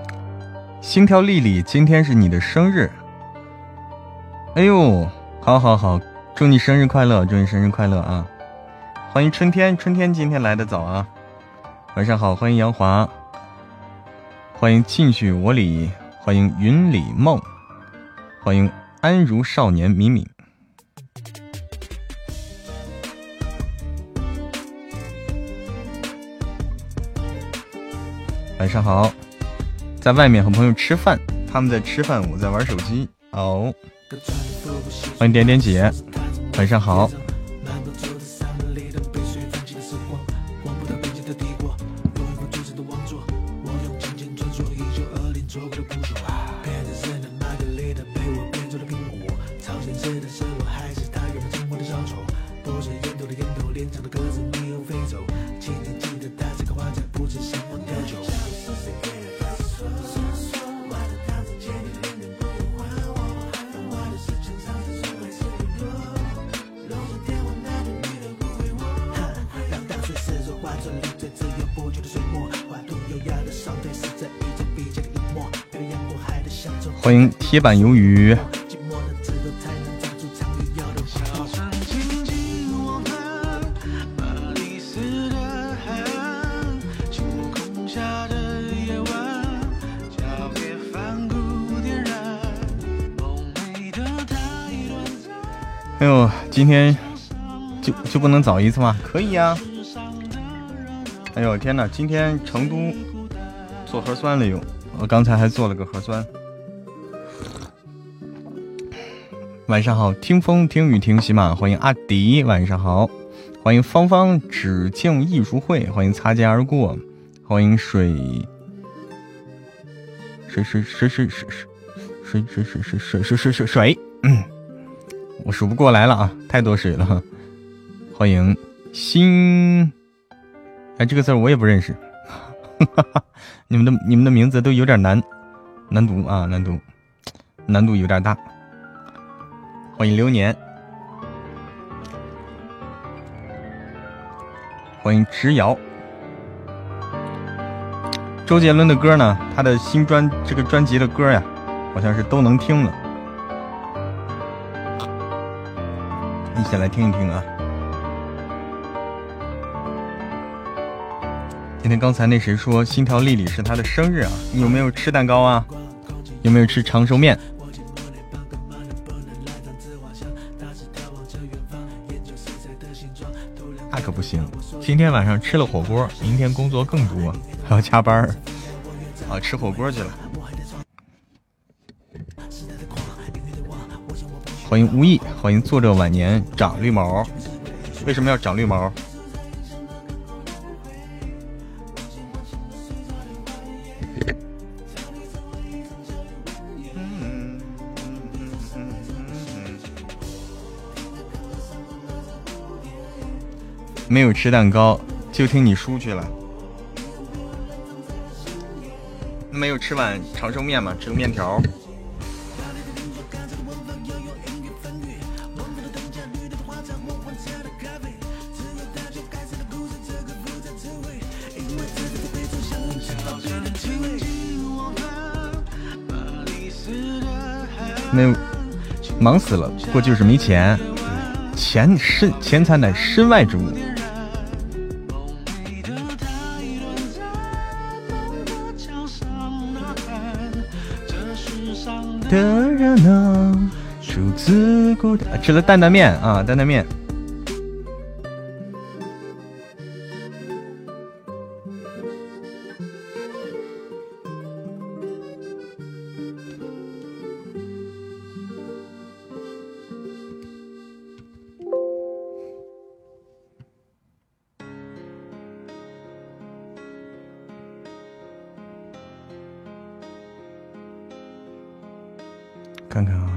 心跳丽丽，今天是你的生日。哎呦，好好好，祝你生日快乐，祝你生日快乐啊！欢迎春天，春天今天来的早啊，晚上好，欢迎杨华，欢迎进去我里，欢迎云里梦，欢迎安如少年敏敏。晚上好，在外面和朋友吃饭，他们在吃饭，我在玩手机。哦，欢迎点点姐，晚上好。欢迎铁板鱿鱼。哎呦，今天就不能早一次吗？可以呀。哎呦天哪，今天成都做核酸了又，我刚才还做了个核酸。晚上好，听风听雨听喜马，欢迎阿迪，晚上好，欢迎芳芳只敬艺术会，欢迎擦肩而过，欢迎水，我数不过来了啊，太多水了。欢迎新，哎，这个字我也不认识，你们的名字都有点难读啊，难度有点大。欢迎流年，欢迎直摇。周杰伦的歌呢，他的新这个专辑的歌呀，好像是都能听了，一起来听一听啊。今天刚才那谁说心跳丽丽是他的生日啊？你有没有吃蛋糕啊？有没有吃长寿面？那可不行，今天晚上吃了火锅，明天工作更多，还要加班啊，吃火锅去了。欢迎无意，欢迎作者晚年长绿毛。为什么要长绿毛？没有吃蛋糕，就听你输去了。没有吃碗长寿面嘛，吃个面条。没有，忙死了，不过就是没钱。钱财乃身外之物。的热闹，数字孤单。吃了担担面啊，担担面。看看啊，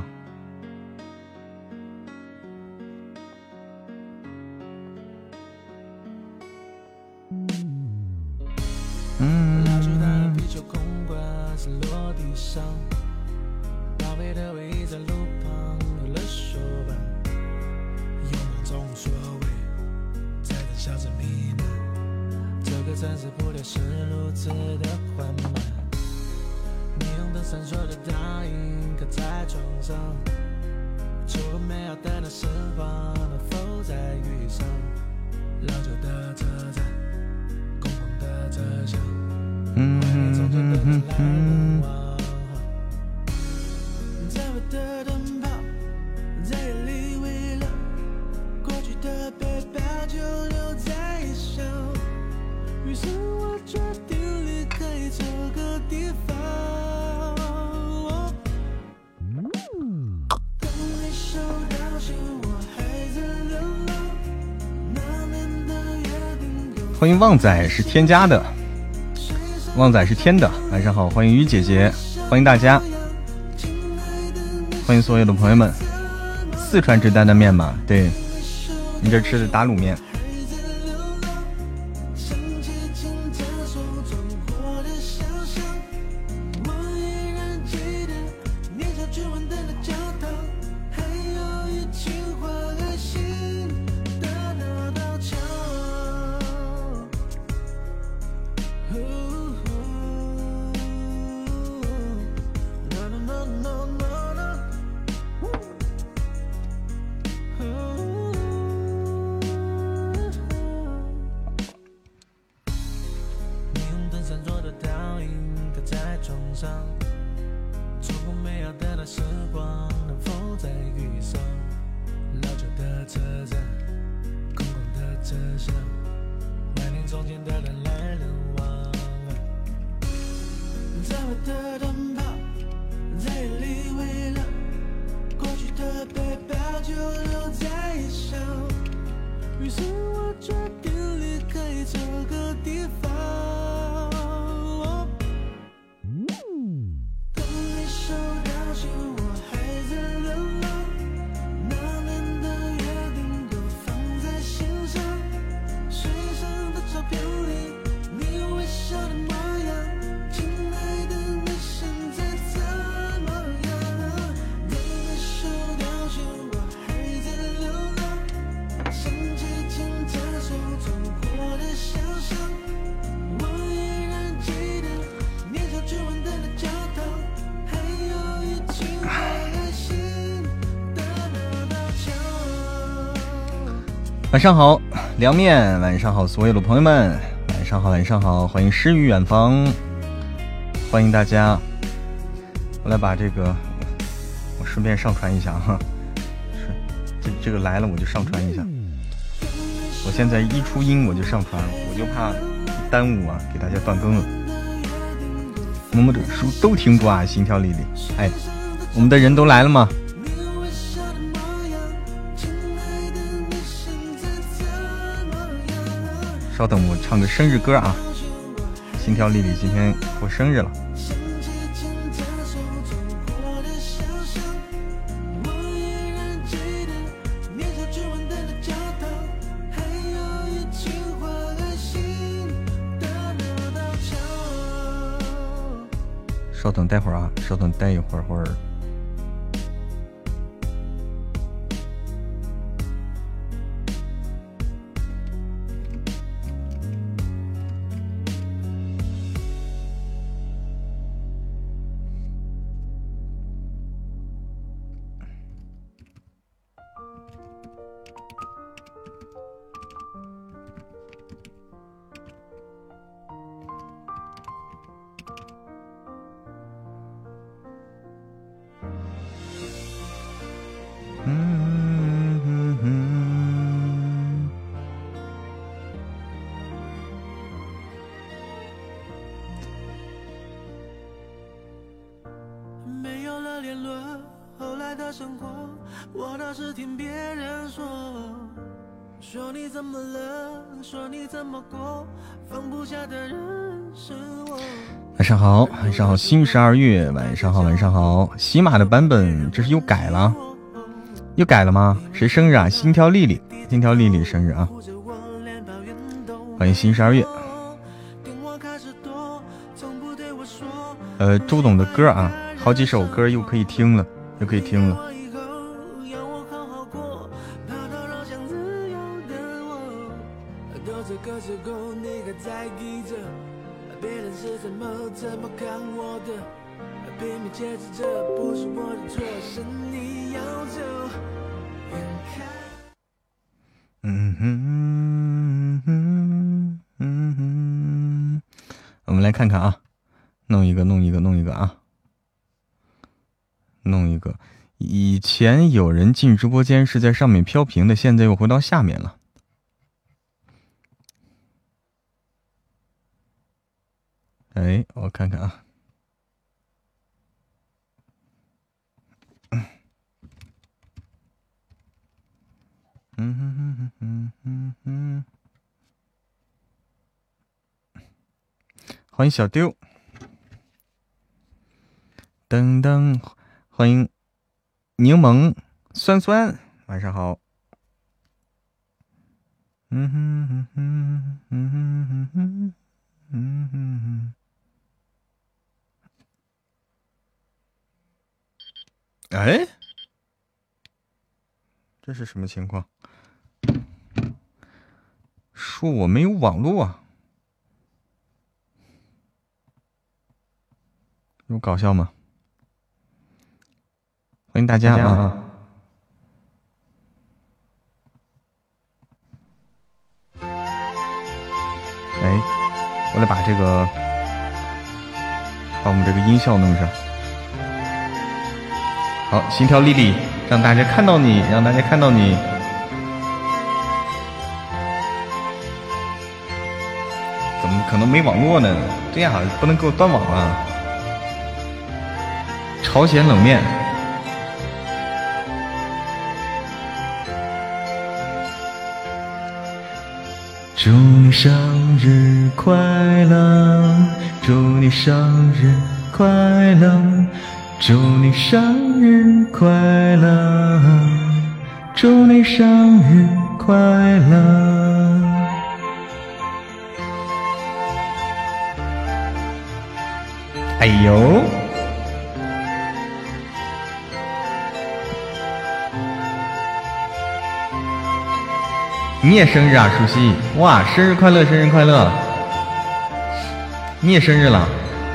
欢迎旺仔是添加的，旺仔是添的，晚上好，欢迎于姐姐，欢迎大家，欢迎所有的朋友们。四川吃担担面嘛，对，你这吃的打卤面。晚上好，凉面，晚上好，所有的朋友们，晚上好，晚上好，欢迎诗与远方，欢迎大家。我来把这个，我顺便上传一下哈，是这个来了我就上传一下。我现在一出音我就上传，我就怕耽误啊，给大家断更了。我们的书都听过啊，心跳丽丽，哎，我们的人都来了吗？稍等，我唱个生日歌啊！心跳丽丽今天过生日了。稍等，待会儿啊，稍等，待一会儿。晚上好，晚上好，新12月，晚上好，晚上好。喜马的版本这是又改了，又改了吗？谁生日啊？心跳丽丽，心跳丽丽生日啊！欢迎新12月。周董的歌啊，好几首歌又可以听了，又可以听了。 我们来看看啊，弄一个啊，弄一个。以前有人进直播间是在上面飘屏的，现在又回到下面了。哎，我看看啊。欢迎小丢，噔噔，欢迎柠檬酸酸，晚上好。哎，这是什么情况？说我没有网络啊？有搞笑吗？欢迎大家啊！哎，我来把我们这个音效弄上。好，心跳丽丽，让大家看到你，让大家看到你。怎么可能没网络呢？这样不能给我断网啊！朝鲜冷面。祝你生日快乐，祝你生日快乐，祝你生日快乐，祝你生日快乐。哎呦！你也生日啊，舒西！哇，生日快乐，生日快乐！你也生日了。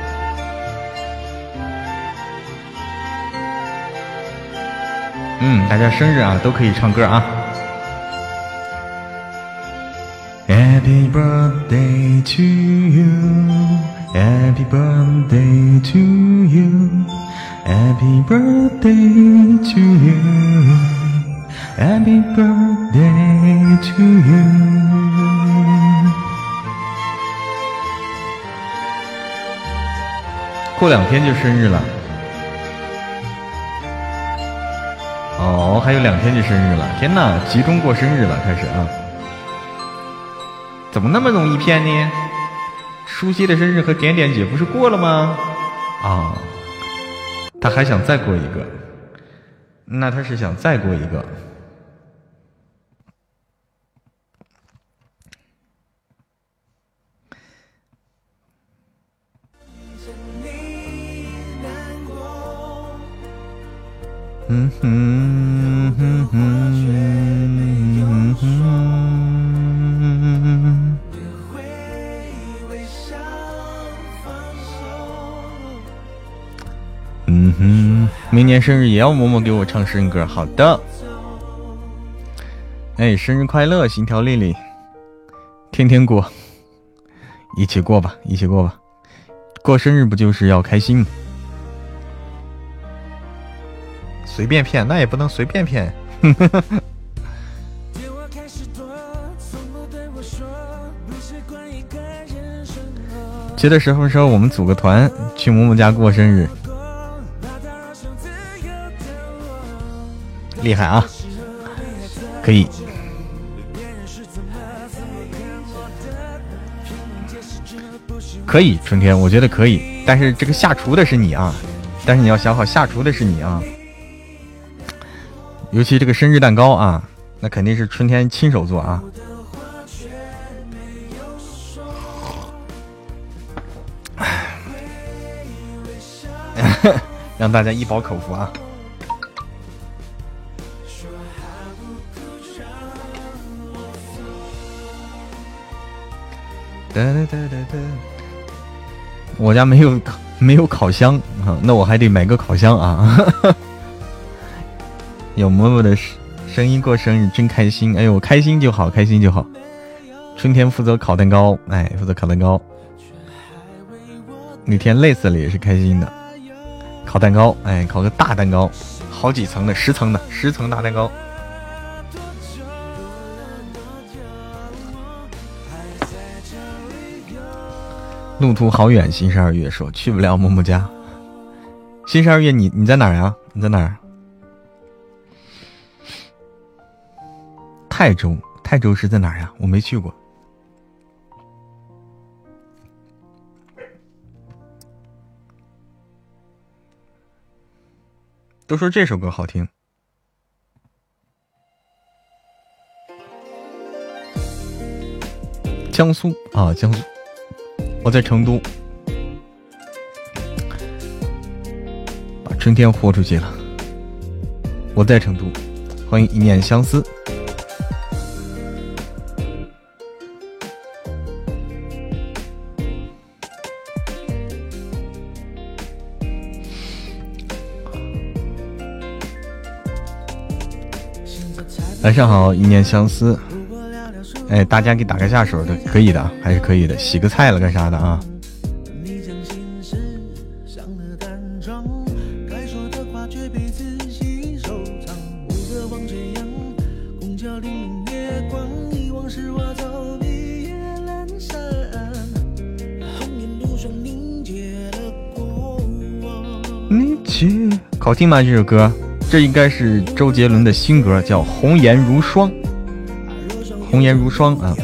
大家生日啊，都可以唱歌啊。Happy birthday to you, Happy birthday to you, Happy birthday to you, Happy birthday to you。 过2天就生日了。哦，还有2天就生日了！天哪，集中过生日了，开始啊！怎么那么容易骗呢？舒西的生日和点点姐不是过了吗？啊，他还想再过一个，那他是想再过一个。明年生日也要嬷嬷给我唱生日歌。好的。哎，生日快乐，心条丽丽，天天过，一起过吧，一起过吧。过生日不就是要开心吗？随便骗，那也不能随便骗。觉得什么时候我们组个团去嬷嬷家过生日？厉害啊！可以。可以，春天，我觉得可以。但是这个下厨的是你啊，但是你要想好，下厨的是你啊。尤其这个生日蛋糕啊，那肯定是春天亲手做啊。让大家一饱口福啊。我家没没有烤箱啊，那我还得买个烤箱啊。有嬷嬷的声音过生日真开心，哎呦，开心就好，开心就好。春天负责烤蛋糕，哎，负责烤蛋糕。那天累死了也是开心的，烤蛋糕，哎，烤个大蛋糕，好几层的，10层的，10层大蛋糕。路途好远，新12月说去不了嬷嬷家。新12月你在哪儿呀？你在哪儿？泰州是在哪儿呀？我没去过。都说这首歌好听。江苏啊，江苏，我在成都，把春天豁出去了。我在成都，欢迎一念相思。晚上好，一念相思。哎，大家给打个下手的，可以的，还是可以的。洗个菜了干啥的啊？好听吗？这首歌，这应该是周杰伦的新歌，叫《红颜如霜》。红颜如霜啊。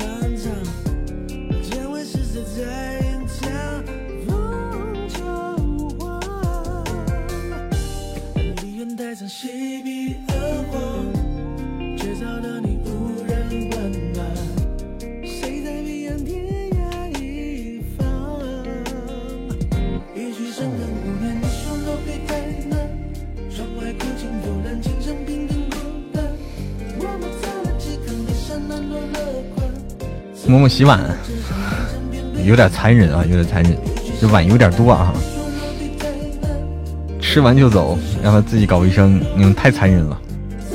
嬷嬷洗碗有点残忍啊，有点残忍，这碗有点多啊。吃完就走，让他自己搞卫生，你们太残忍了。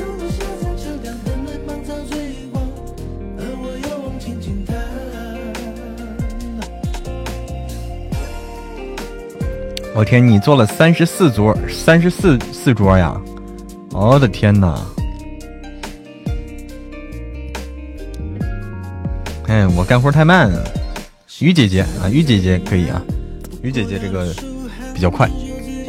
我天，你做了34桌，34桌呀！我的天哪！哎，我干活太慢了。于姐姐啊，于姐姐可以啊，于姐姐这个比较快。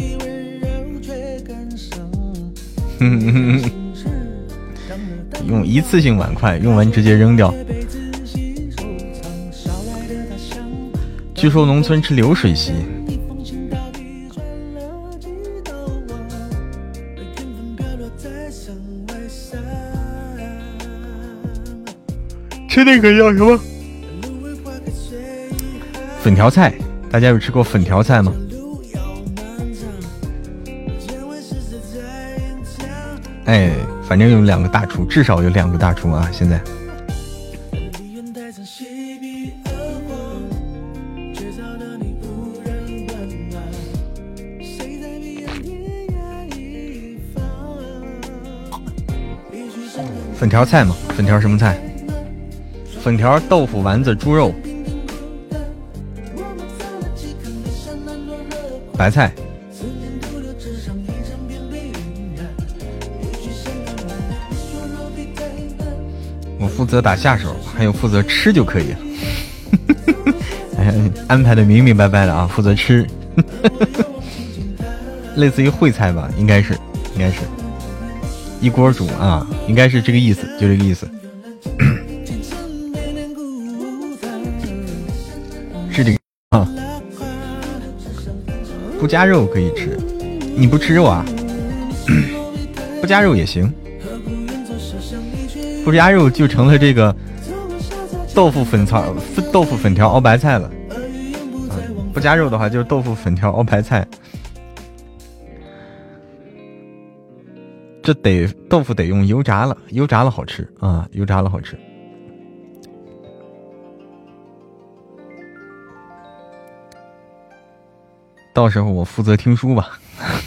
用一次性碗筷，用完直接扔掉。据说农村吃流水席。吃那个叫什么粉条菜？大家有吃过粉条菜吗？哎，反正有2个大厨，至少有2个大厨啊！现在粉条菜嘛，粉条什么菜？粉条、豆腐、丸子、猪肉、白菜。我负责打下手，还有负责吃就可以了。安排的明明白白的啊，负责吃。类似于烩菜吧，应该是一锅煮啊，应该是这个意思，就这个意思。是这个啊，不加肉可以吃，你不吃肉啊？不加肉也行，不加肉就成了这个豆腐粉条熬白菜了。不加肉的话就是豆腐粉条熬白菜。这豆腐得用油炸了，油炸了好吃啊，油炸了好吃。 到时候我负责听书吧。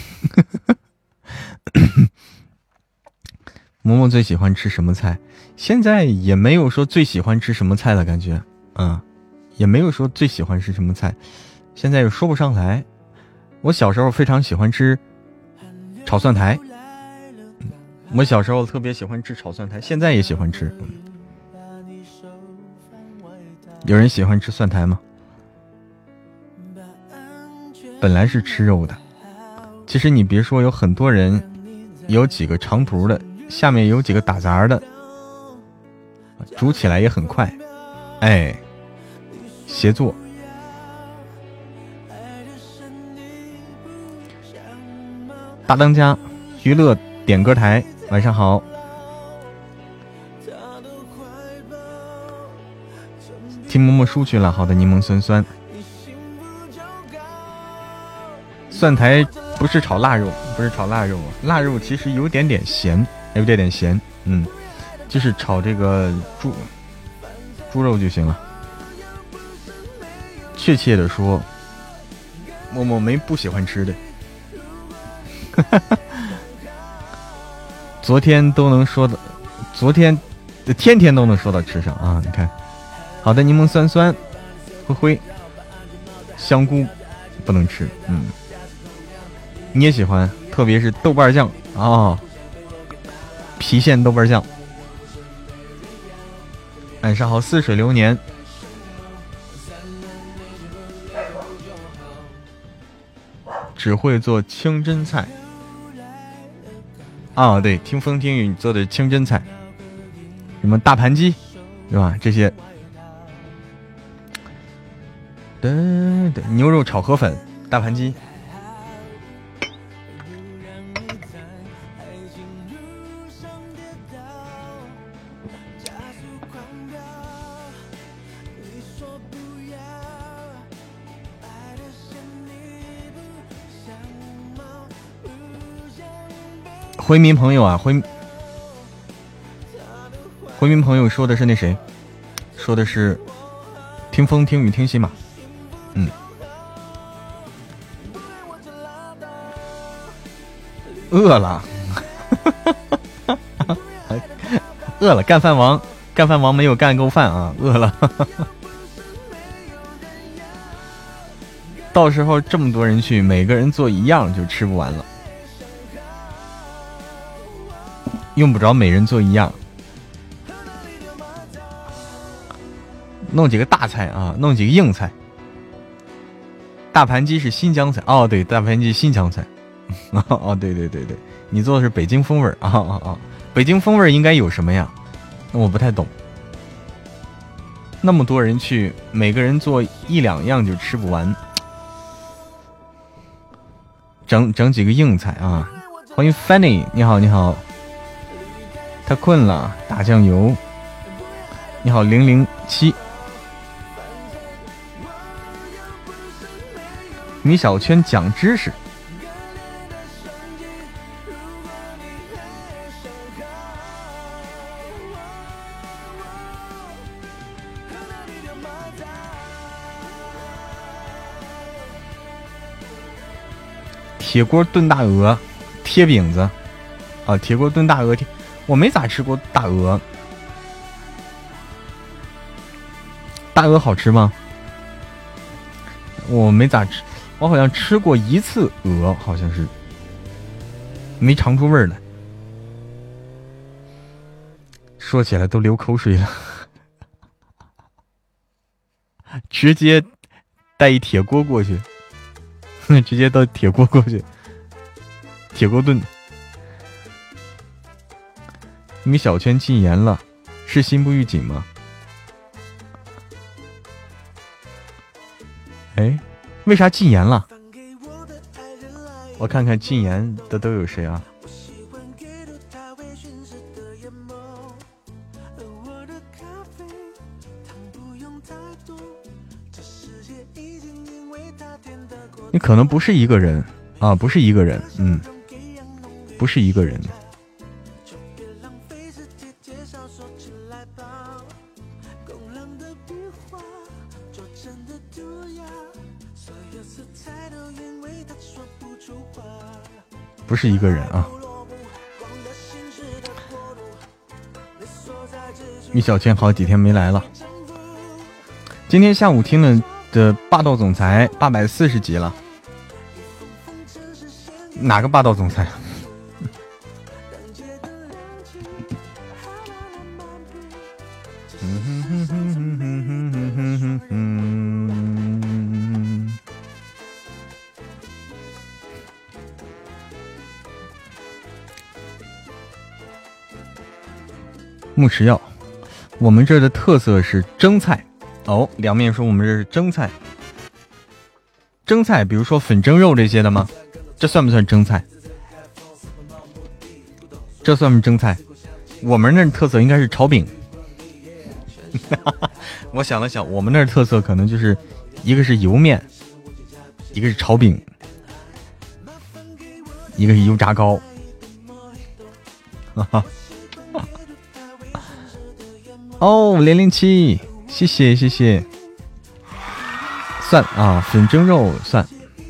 嬷嬷最喜欢吃什么菜？现在也没有说最喜欢吃什么菜的感觉，也没有说最喜欢吃什么菜，现在又说不上来。我小时候非常喜欢吃炒蒜苔，我小时候特别喜欢吃炒蒜苔，现在也喜欢吃。有人喜欢吃蒜苔吗？本来是吃肉的，其实你别说，有很多人有几个长途的，下面有几个打杂的，煮起来也很快，哎，协作。大当家娱乐点歌台，晚上好。听默默书去了，好的，柠檬酸酸。蒜苔不是炒腊肉，不是炒腊肉，腊肉其实有点点咸，有点点咸，就是炒这个猪肉就行了。确切的说，默默没不喜欢吃的。昨天都能说的，天天都能说到吃上啊！你看，好的，柠檬酸酸，灰灰，香菇不能吃，你也喜欢，特别是豆瓣酱啊，郫县豆瓣酱。晚上好，似水流年。只会做清真菜啊，对，听风听雨做的清真菜，什么大盘鸡，对吧？这些，对，牛肉炒河粉，大盘鸡。回民朋友啊，回民朋友说的是那谁？说的是听风听雨听戏码。饿了，饿了，干饭王没有干够饭啊，饿了。到时候这么多人去，每个人做一样就吃不完了。用不着每人做一样，弄几个大菜啊，弄几个硬菜。大盘鸡是新疆菜哦，对，大盘鸡新疆菜。哦，对，你做的是北京风味啊，北京风味应该有什么呀？那我不太懂。那么多人去，每个人做一两样就吃不完，整几个硬菜啊！欢迎 Fanny， 你好，你好。他困了，打酱油。你好007。米小圈讲知识。铁锅炖大鹅，贴饼子啊！铁锅炖大鹅贴，我没咋吃过大鹅。大鹅好吃吗？我没咋吃，我好像吃过一次鹅，好像是没尝出味儿来。说起来都流口水了，直接带一铁锅过去。直接到铁锅过去，铁锅炖。米小圈禁言了，是心不预警吗？哎，为啥禁言了？我看看禁言的都有谁啊？你可能不是一个人啊，不是一个人，不是一个人。 不是一个人啊。米小圈好几天没来了，今天下午听了的霸道总裁840集了。哪个霸道总裁？木池药，我们这儿的特色是蒸菜哦。凉面说我们这是蒸菜，蒸菜比如说粉蒸肉这些的吗？这算不算蒸菜？这算不蒸菜？我们那儿特色应该是炒饼。我想了想，我们那儿特色可能就是一个是油面，一个是炒饼，一个是油炸糕。哈哈。哦，007，谢谢谢谢。蒜啊，粉蒸肉蒜。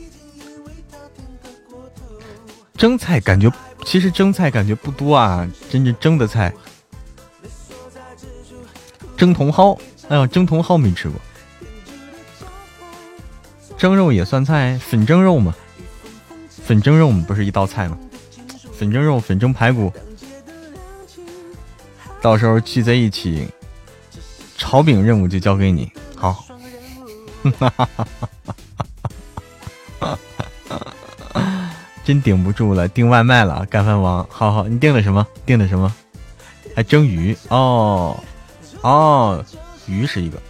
蒸菜感觉，其实蒸菜感觉不多啊，真正蒸的菜。蒸茼蒿，哎呀，蒸茼蒿没吃过。蒸肉也算菜，粉蒸肉嘛，粉蒸肉不是一道菜吗？粉蒸肉、粉蒸排骨，到时候聚在一起。炒饼任务就交给你，好。真顶不住了，订外卖了，干饭王。好好，你订的什么？订的什么？还蒸鱼哦哦，鱼是一个。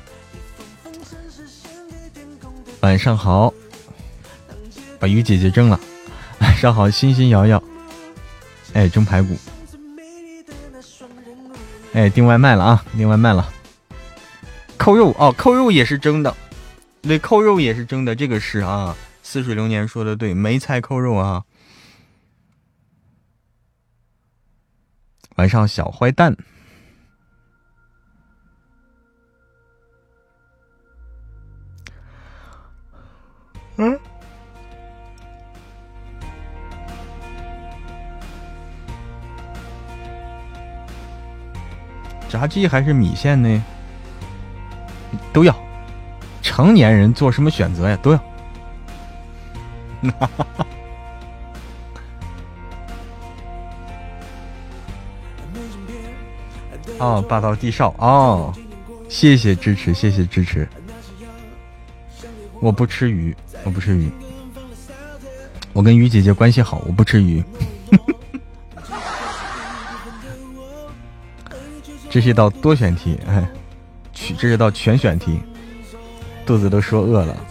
晚上好，把鱼姐姐蒸了。晚上好，欣欣瑶瑶。哎，蒸排骨。哎，订外卖了啊，订外卖了。扣肉哦，扣肉也是蒸的，对，扣肉也是蒸的，这个是啊。似水流年说的对，梅菜扣肉啊。晚上小坏蛋，炸鸡还是米线呢？都要，成年人做什么选择呀？都要。哦，霸道地少哦，谢谢支持，谢谢支持。我不吃鱼，我不吃鱼。我跟鱼姐姐关系好，我不吃鱼。这是一道多选题，哎。这是道全选题，肚子都说饿了。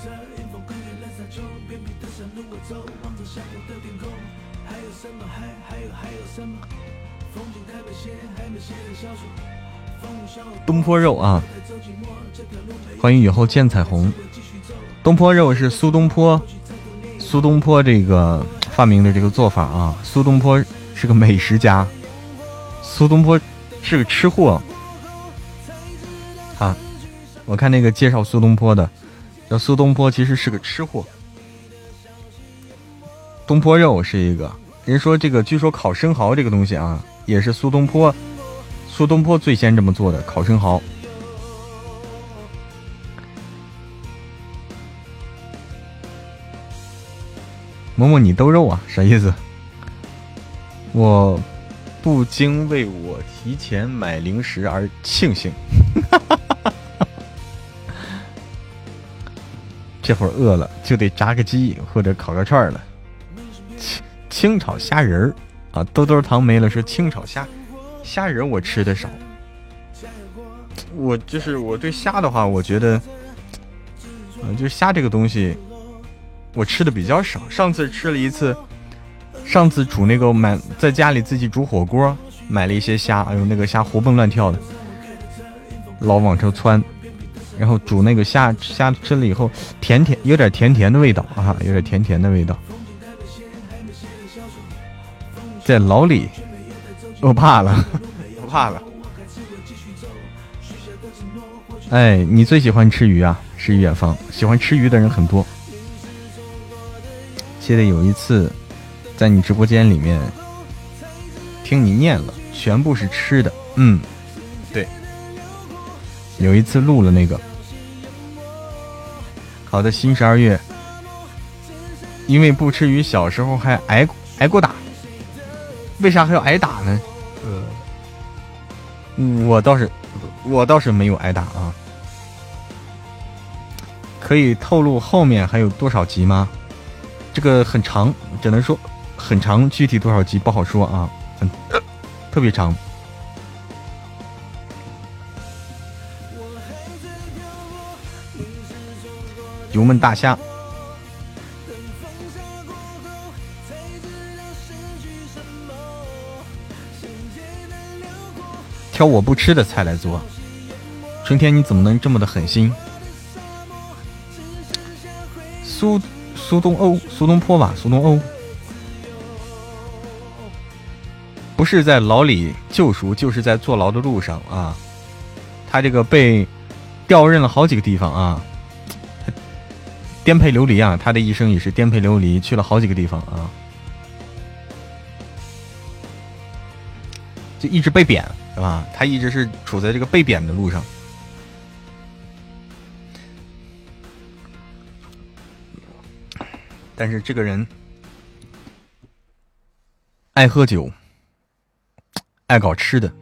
东坡肉啊，欢迎雨后见彩虹。东坡肉是苏东坡这个发明的这个做法啊。苏东坡是个美食家，苏东坡是个吃货。啊，我看那个介绍苏东坡的，叫苏东坡其实是个吃货。东坡肉是一个人说这个，据说烤生蚝这个东西啊，也是苏东坡最先这么做的，烤生蚝。摸摸你兜肉啊，啥意思？我不经为我提前买零食而庆幸。这会儿饿了就得炸个鸡或者烤个串了。清炒虾仁儿啊，豆豆糖没了，说清炒虾仁儿我吃的少。我对虾的话，我觉得，就是虾这个东西，我吃的比较少。上次吃了一次，上次煮那个在家里自己煮火锅，买了一些虾，哎呦那个虾活蹦乱跳的，老往上窜。然后煮那个虾吃了以后，有点甜甜的味道啊，有点甜甜的味道。在牢里，我怕了，我怕了。哎，你最喜欢吃鱼啊？是远方，喜欢吃鱼的人很多。 记得有一次在你直播间里面听你念了，全部是吃的。对，有一次录了那个。好的，新12月，因为不吃鱼，小时候还挨过打。为啥还要挨打呢？我倒是没有挨打啊。可以透露后面还有多少集吗？这个很长，只能说很长，具体多少集不好说啊，特别长。油焖大虾，挑我不吃的菜来做。春天，你怎么能这么的狠心？苏东坡吧，苏东欧，不是在牢里救赎，就是在坐牢的路上啊。他这个被调任了好几个地方啊。颠沛流离啊，他的一生也是颠沛流离，去了好几个地方啊，就一直被贬，是吧？他一直是处在这个被贬的路上。但是这个人爱喝酒，爱搞吃的，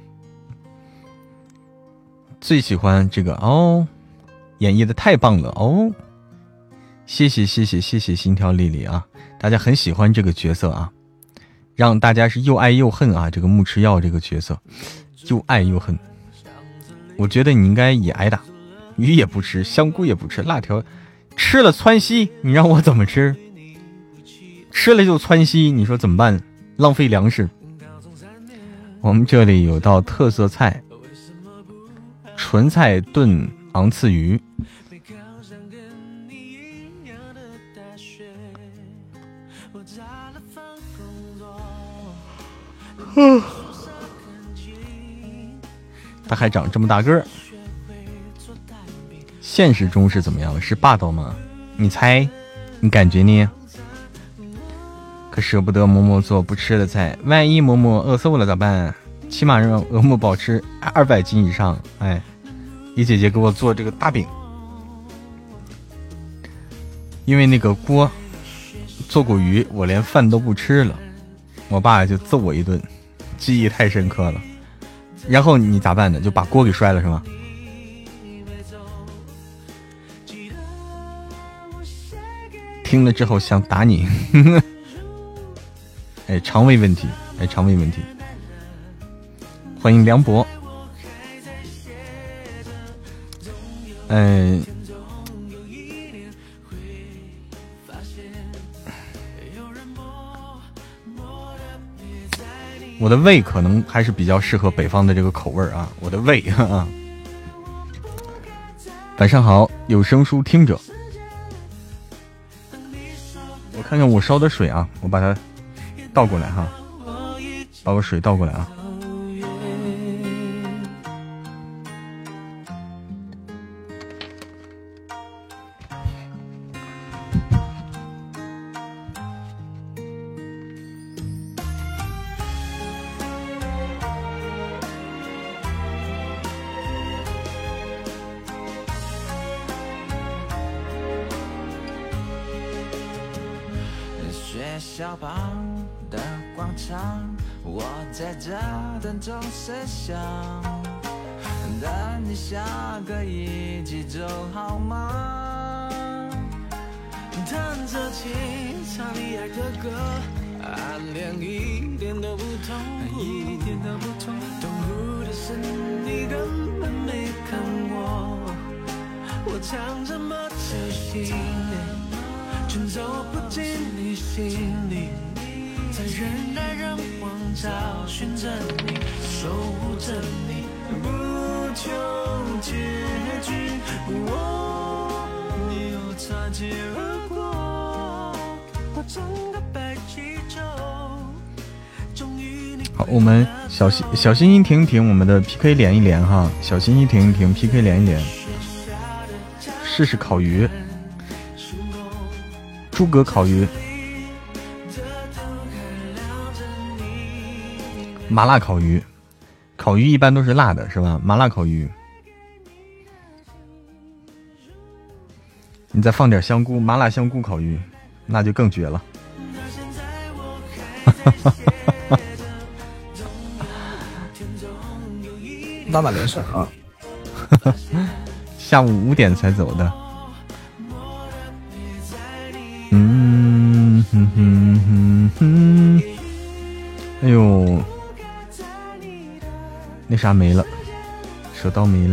最喜欢这个哦，演绎的太棒了哦。谢谢心跳丽丽啊，大家很喜欢这个角色啊，让大家是又爱又恨啊，这个木吃药这个角色又爱又恨。我觉得你应该也挨打，鱼也不吃，香菇也不吃，辣条吃了窜稀，你让我怎么吃？吃了就窜稀，你说怎么办？浪费粮食。我们这里有道特色菜，纯菜炖昂刺鱼。他还长这么大个儿，现实中是怎么样？是霸道吗？你猜？你感觉呢？可舍不得嬷嬷做不吃的菜，万一嬷嬷饿瘦了咋办？起码让嬷嬷保持200斤以上。哎，李姐姐给我做这个大饼，因为那个锅做过鱼，我连饭都不吃了，我爸就揍我一顿，记忆太深刻了。然后你咋办呢？就把锅给摔了是吗？听了之后想打你。哎，肠胃问题，哎，肠胃问题。欢迎梁博。我的胃可能还是比较适合北方的这个口味啊，我的胃啊。晚上好，有声书听着。我看看我烧的水啊，我把它倒过来哈，把我水倒过来啊。 校旁的广场，我在这等钟声响，等你下个一起走好吗？弹着琴，唱你爱的歌，暗恋一点都不痛，一点都不痛。痛苦的是你根本没看我，我唱这么走心，却走不进你心里，在人来人往找寻着你，守护着你，不求结局。你又擦肩而过，我整个白气球。 好，我们小心心停一停，我们的 PK 连一连哈，小心心停一停 ，PK 连一连，试试烤鱼。诸葛烤鱼， 麻辣烤鱼，烤鱼一般都是辣的，是吧？麻辣烤鱼，你再放点香菇，麻辣香菇烤鱼，那就更绝了。 大大连胜啊！ 下午5点才走的。哎呦，那啥没了，手刀没了。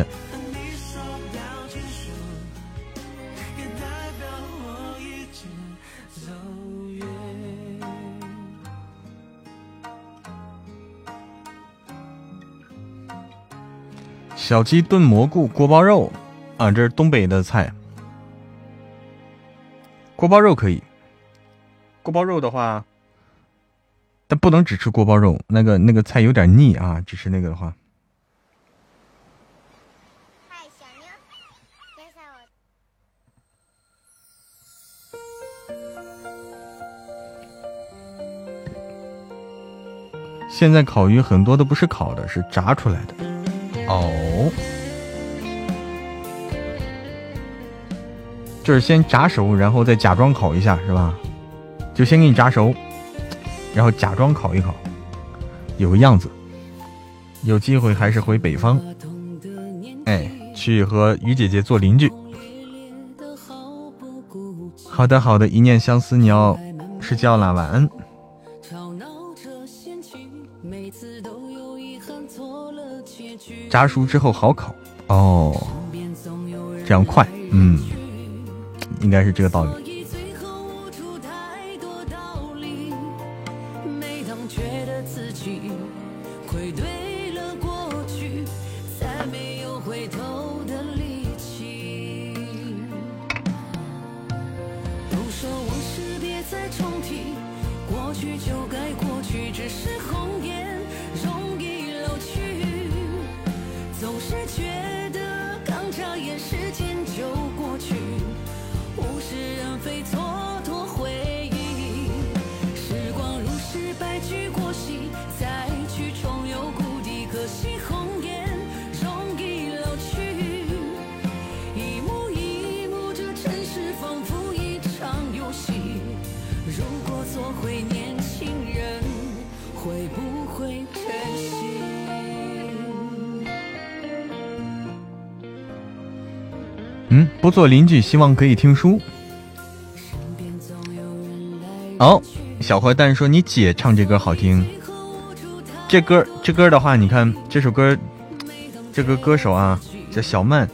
小鸡炖蘑菇锅包肉啊，这是东北的菜。锅包肉可以，锅包肉的话，但不能只吃锅包肉，那个菜有点腻啊，只吃那个的话。 嗨，小妞，介绍我。现在烤鱼很多都不是烤的，是炸出来的。哦，就是先炸熟，然后再假装烤一下，是吧？就先给你炸熟，然后假装烤一烤，有个样子。有机会还是回北方，哎，去和于姐姐做邻居。好的，好的，一念相思，你要睡觉了，晚安。炸熟之后好烤哦，这样快，应该是这个道理。不做邻居，希望可以听书。哦，小坏蛋说你姐唱这歌好听。这歌的话，你看这首歌，这个歌手啊叫小曼，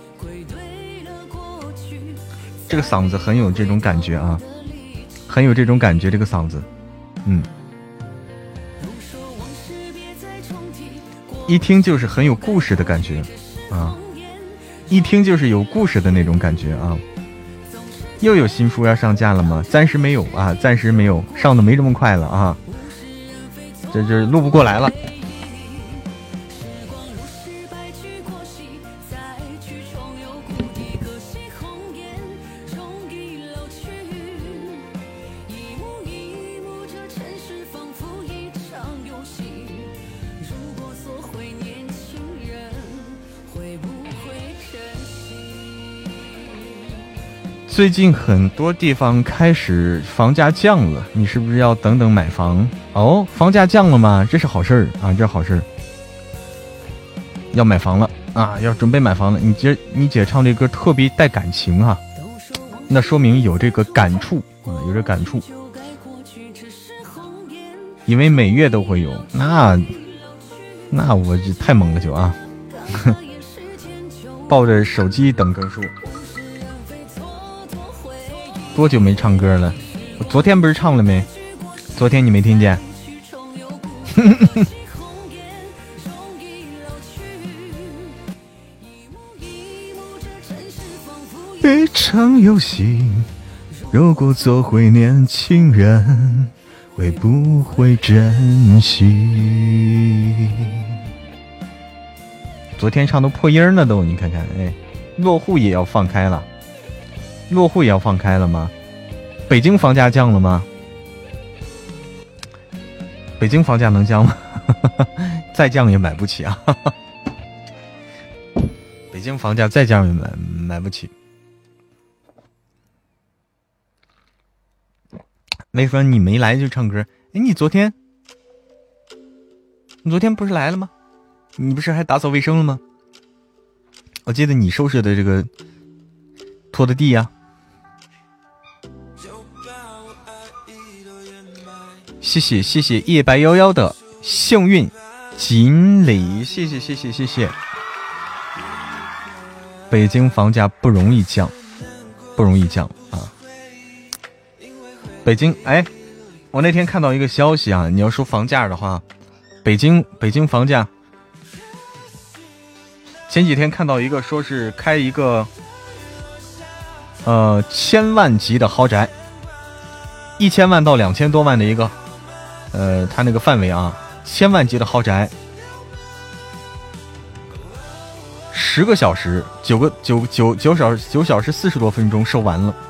这个嗓子很有这种感觉啊，很有这种感觉，这个嗓子，一听就是很有故事的感觉啊。一听就是有故事的那种感觉啊！又有新书要上架了吗？暂时没有啊，暂时没有，上的没这么快了啊，这录不过来了。最近很多地方开始房价降了，你是不是要等等买房？哦，房价降了吗？这是好事儿啊，这是好事儿。要买房了啊，要准备买房了。你姐唱这歌特别带感情啊，那说明有这个感触啊，有这感触。因为每月都会有，那我这太猛了就啊，抱着手机等更数。多久没唱歌了？我昨天不是唱了没？昨天你没听见？一场游戏，如果做回年轻人，会不会珍惜？昨天唱都破音了都，你看看，哎，落户也要放开了。落户也要放开了吗？北京房价降了吗？北京房价能降吗？ 再降也买不起啊！北京房价再降也买不起。为什么你没来就唱歌？哎，你昨天不是来了吗？你不是还打扫卫生了吗？我记得你收拾的这个拖的地呀。谢谢夜白夭夭的幸运锦鲤，谢谢。北京房价不容易降啊！北京，哎，我那天看到一个消息啊，你要说房价的话，北京房价，前几天看到一个说是开一个1000万级的豪宅，1000万到2000多万的一个它那个范围啊，1000万级的豪宅，10个小时9小时40多分钟售完了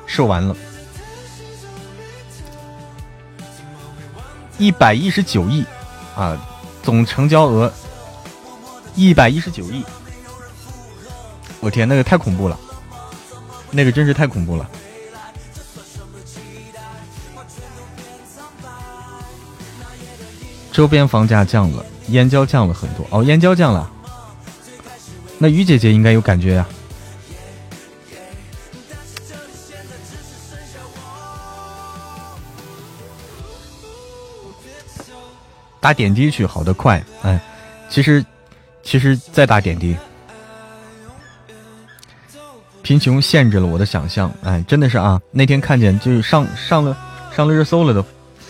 ，119亿啊，总成交额119亿，我天，那个太恐怖了，那个真是太恐怖了。周边房价降了，燕郊降了很多哦，燕郊降了，那于姐姐应该有感觉呀。打点滴去好得快，哎，其实再打点滴，贫穷限制了我的想象，哎，真的是啊，那天看见就是上了热搜了都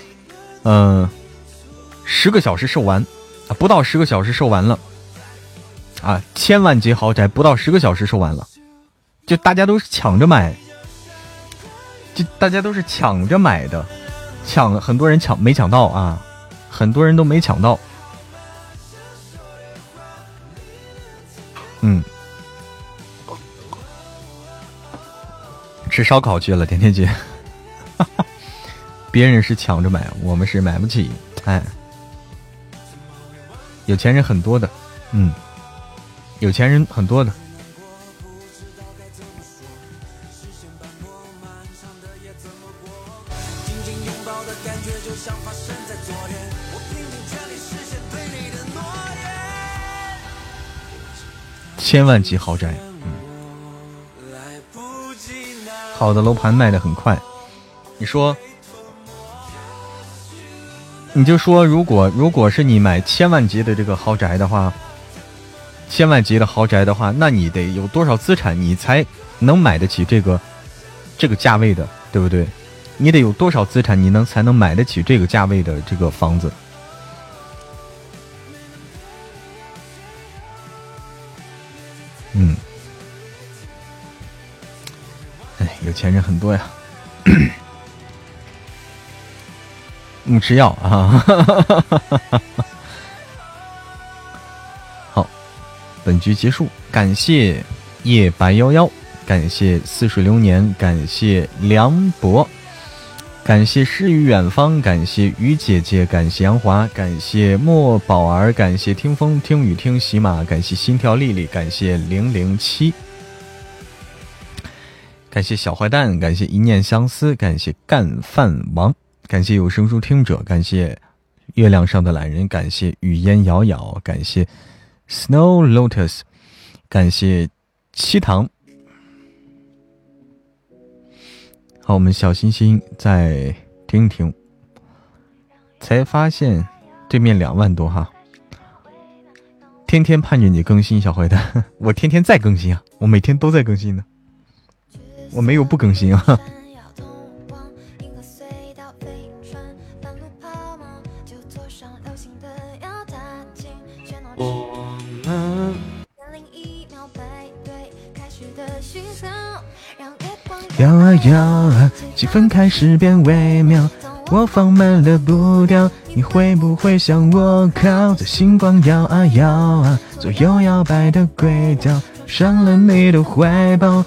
，10个小时售完啊，不到10个小时售完了啊，1000万级豪宅不到10个小时售完了，就大家都是抢着买，的，很多人没抢到啊。很多人都没抢到，吃烧烤去了，甜甜姐，别人是抢着买，我们是买不起，哎，有钱人很多的，有钱人很多的。1000万级豪宅，好的楼盘卖得很快。你就说，如果是你买1000万级的这个豪宅的话，1000万级的豪宅的话，那你得有多少资产，你才能买得起这个价位的，对不对？你得有多少资产，你才能买得起这个价位的这个房子？有钱人很多呀。吃药啊。好，本局结束，感谢夜白夭夭，感谢似水流年，感谢梁博，感谢诗与远方，感谢于姐姐，感谢杨华，感谢莫宝儿，感谢听风听雨听喜马，感谢心跳丽丽，感谢007，感谢小坏蛋，感谢一念相思，感谢干饭王，感谢有声书听者，感谢月亮上的懒人，感谢语烟遥遥，感谢 Snow Lotus， 感谢七堂。好，我们小心心再听听，才发现对面2万多哈。天天盼着你更新，小坏蛋，我天天在更新啊，我每天都在更新呢，我没有不更新啊。摇啊摇啊，气氛开始变微妙，我放慢了步调，你会不会向我靠？在星光摇啊摇啊，左右摇摆的轨道，上了你的怀抱。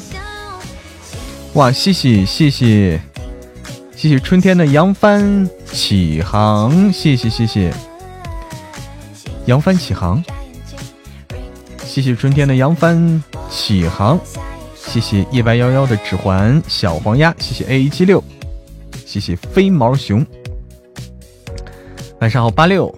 哇，谢谢春天的扬帆启航，谢谢扬帆启航，谢谢春天的扬帆启航，谢谢夜白夭夭的指环小黄鸭，谢谢 A176，谢谢飞毛熊，晚上好86。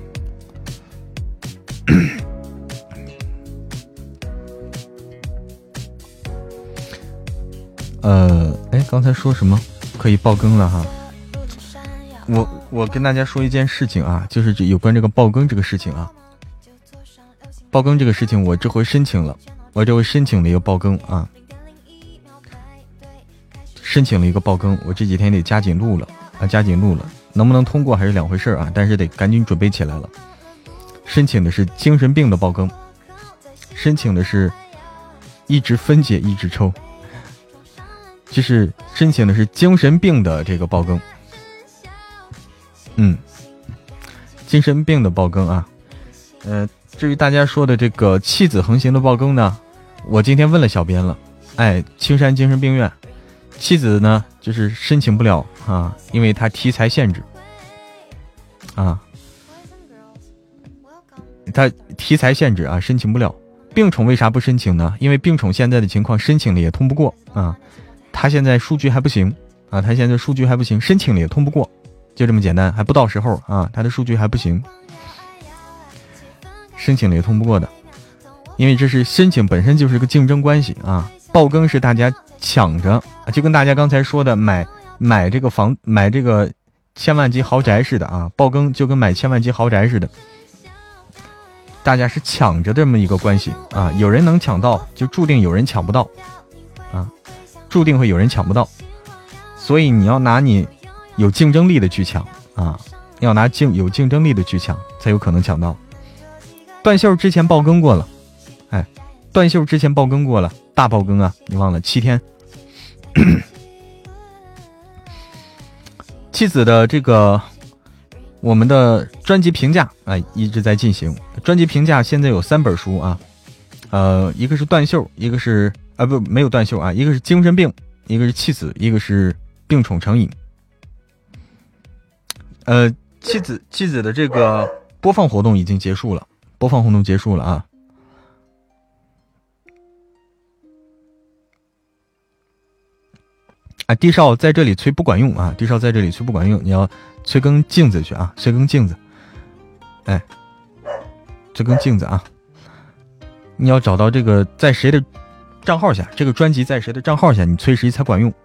刚才说什么可以爆更了哈？我跟大家说一件事情啊，就是有关这个爆更这个事情啊。爆更这个事情，我这回申请了，我这回申请了一个爆更啊，申请了一个爆更，我这几天得加紧录了啊，加紧录了，能不能通过还是两回事啊，但是得赶紧准备起来了。申请的是精神病的爆更，申请的是一直分解一直抽。就是申请的是精神病的这个爆更，精神病的爆更啊。至于大家说的这个弃子横行的爆更呢，我今天问了小编了，青山精神病院弃子呢就是申请不了啊，因为它题材限制啊，它题材限制啊，申请不了。病宠为啥不申请呢？因为病宠现在的情况申请了也通不过啊。他现在数据还不行啊，他现在数据还不行，申请了也通不过，就这么简单，还不到时候啊，他的数据还不行，申请了也通不过的，因为这是申请本身就是个竞争关系啊，爆更是大家抢着，就跟大家刚才说的买这个房买这个千万级豪宅似的啊，爆更就跟买千万级豪宅似的，大家是抢着这么一个关系啊，有人能抢到，就注定有人抢不到啊。注定会有人抢不到，所以你要拿你有竞争力的去抢啊，要拿有竞争力的去抢，才有可能抢到。段秀之前爆更过了，段秀之前爆更过了，大爆更啊，你忘了7天。妻子的这个我们的专辑评价一直在进行，专辑评价现在有3本书啊，一个是段秀，一个是没有断袖啊，一个是精神病，一个是弃子，一个是病宠成瘾。弃子的这个播放活动已经结束了，啊。地少在这里催不管用啊，地少在这里催不管用，你要催更镜子去啊，催更镜子，催更镜子啊，你要找到这个在谁的账号下，这个专辑在谁的账号下，你催谁才管用。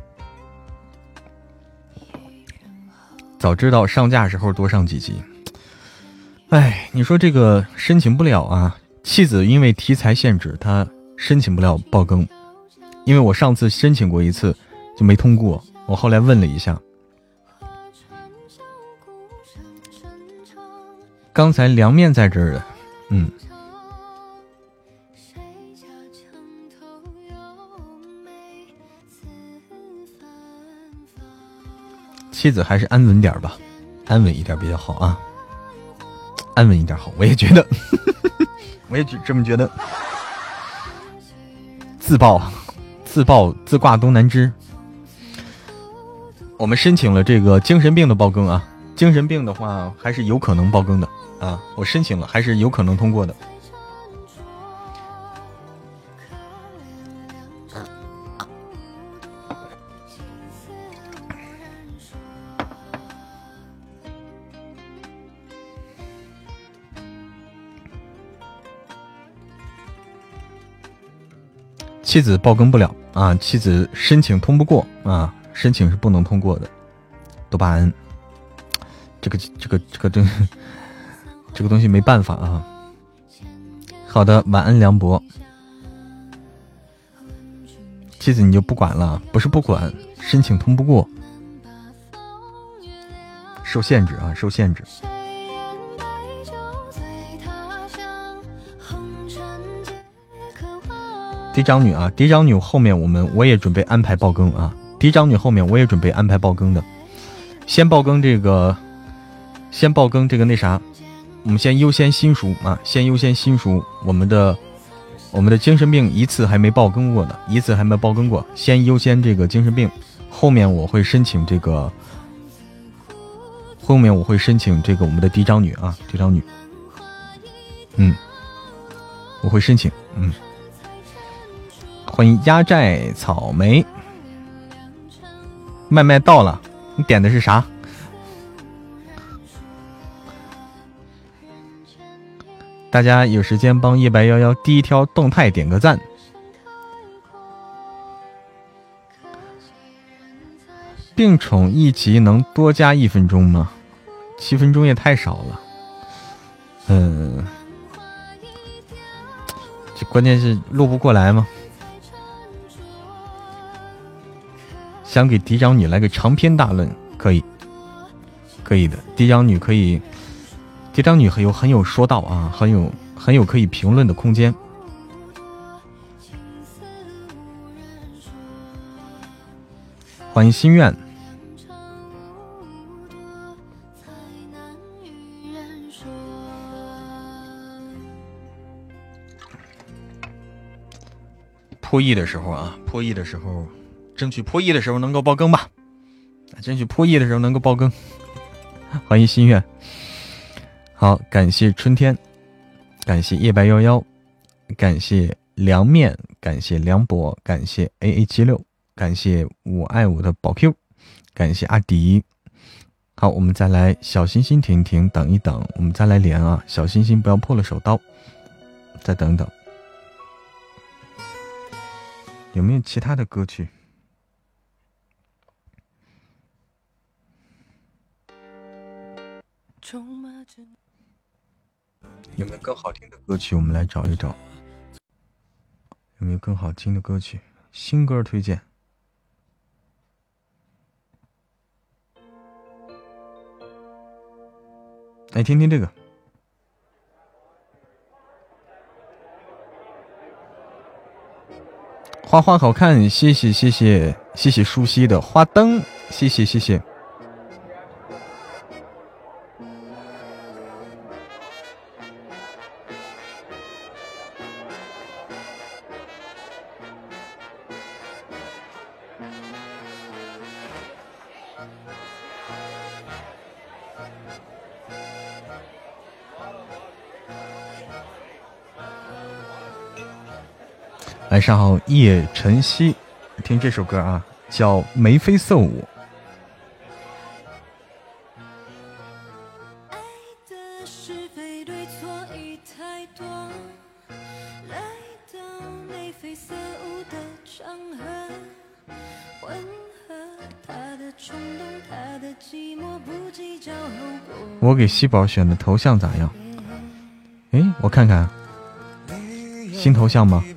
早知道上架时候多上几集。你说这个申请不了啊，弃子因为题材限制，他申请不了爆更。因为我上次申请过一次就没通过，我后来问了一下。刚才凉面在这儿的，妻子还是安稳点吧，安稳一点比较好啊，安稳一点好，我也觉得，我也这么觉得。自挂东南枝。我们申请了这个精神病的爆更啊，精神病的话还是有可能爆更的啊，我申请了还是有可能通过的。妻子爆更不了啊，妻子申请通不过啊，申请是不能通过的。多巴胺，这个东西没办法啊。好的，晚安梁博。妻子你就不管了，不是不管，申请通不过，受限制啊，受限制。嫡长女啊，嫡长女后面我也准备安排爆更啊，嫡长女后面我也准备安排爆更的，先爆更这个那啥，我们先优先新书啊，先优先新书，我们的精神病一次还没爆更过呢，先优先这个精神病，后面我会申请这个后面我会申请这个我们的嫡长女啊，嫡长女。我会申请。欢迎压寨草莓。麦麦到了，你点的是啥？大家有时间帮叶白11第一条动态点个赞。病宠一集能多加1分钟吗？7分钟也太少了。这关键是录不过来吗？想给嫡长女来个长篇大论，可以，可以的。嫡长女可以，嫡长女很有说道啊，很有可以评论的空间。欢迎心愿。破亿的时候啊，破亿的时候，争取破亿的时候能够爆更吧，争取破亿的时候能够爆更。欢迎心愿。好，感谢春天，感谢叶白11，感谢凉面，感谢梁博，感谢 AA76，感谢我爱我的宝 Q， 感谢阿迪。好，我们再来小心心停一停，等一等，我们再来连啊，小心心不要破了手刀，再等等。有没有其他的歌曲？有没有更好听的歌曲？我们来找一找。有没有更好听的歌曲？新歌推荐。来听听这个。花花好看，谢谢谢谢谢谢舒西的花灯，谢谢谢谢。晚上好，叶晨曦，听这首歌啊，叫《眉飞色舞》。我给西宝选的头像咋样？哎，我看看，新头像吗？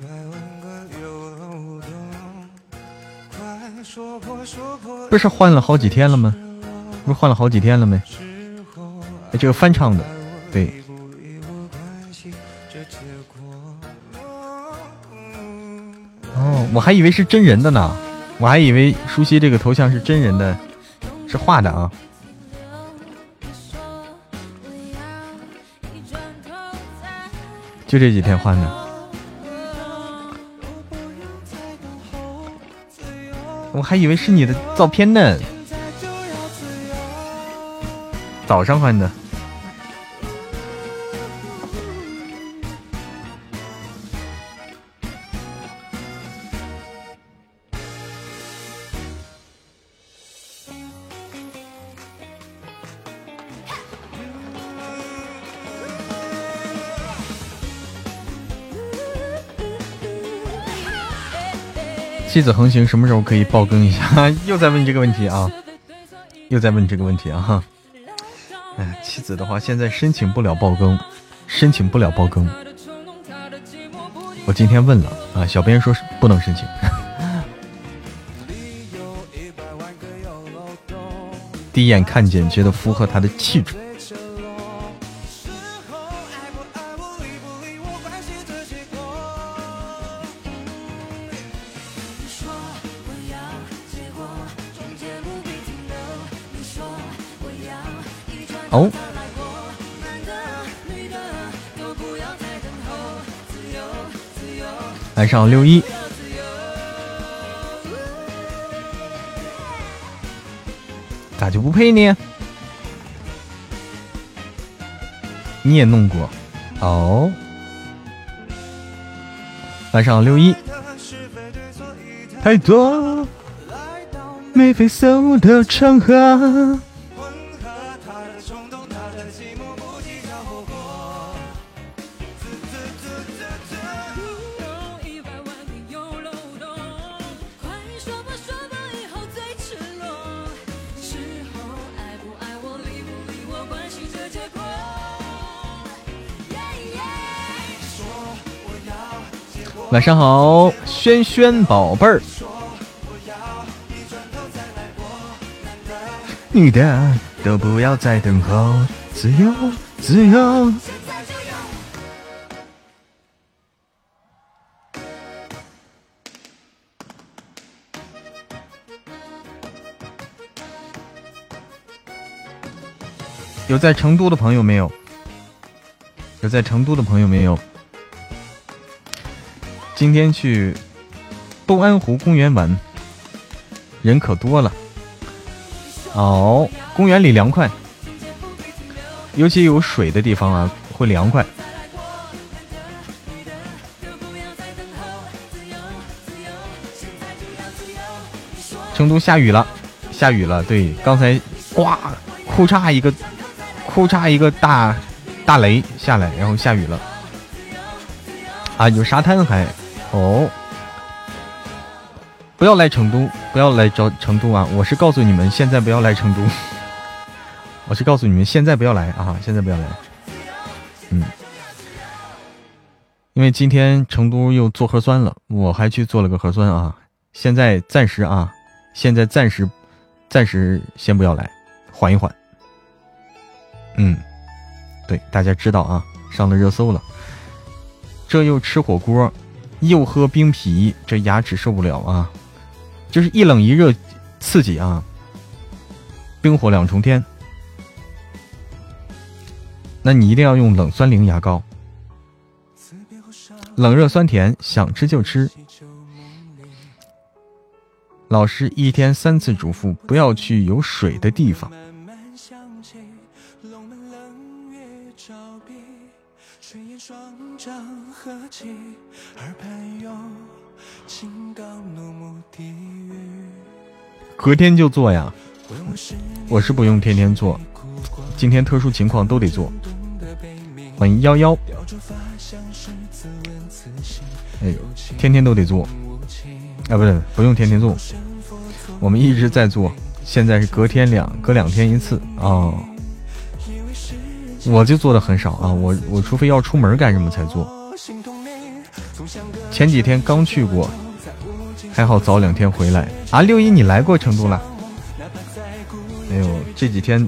不是换了好几天了吗？不是换了好几天了没？哎，这个翻唱的，对。哦，我还以为是真人的呢，我还以为舒西这个头像是真人的，是画的啊。就这几天换的。我还以为是你的照片呢，早上换的。妻子横行什么时候可以爆更一下？又在问这个问题啊！又在问这个问题啊！哎，妻子的话现在申请不了爆更，申请不了爆更。我今天问了啊，小编说不能申请。第一眼看见觉得符合他的气质。哦，晚上61，咋就不配呢？ 你也弄过哦。晚上好6-1，太多眉飞色舞的场合。晚上好，轩轩宝贝儿，你的都不要再等候，自由自由。有在成都的朋友没有？有在成都的朋友没有？今天去东安湖公园玩，人可多了。哦，公园里凉快，尤其有水的地方啊，会凉快。成都下雨了，下雨了，对，刚才刮，哭嚓一个大雷下来，然后下雨了。啊，有沙滩还。哦，不要来成都，不要来成都啊！我是告诉你们，现在不要来成都。我是告诉你们，现在不要来啊！现在不要来。因为今天成都又做核酸了，我还去做了个核酸啊。现在暂时啊，暂时先不要来，缓一缓。对，大家知道啊，上了热搜了。这又吃火锅。又喝冰啤，这牙齿受不了啊！就是一冷一热刺激啊，冰火两重天。那你一定要用冷酸灵牙膏，冷热酸甜，想吃就吃。老师1天3次嘱咐，不要去有水的地方。隔天就做呀，我是不用天天做，今天特殊情况都得做。欢迎11，哎，天天都得做啊，不是不用天天做，我们一直在做，现在是隔2天一次啊。我就做的很少啊，我除非要出门干什么才做。前几天刚去过，还好早2天回来啊。6-1你来过成都了？哎呦，这几天，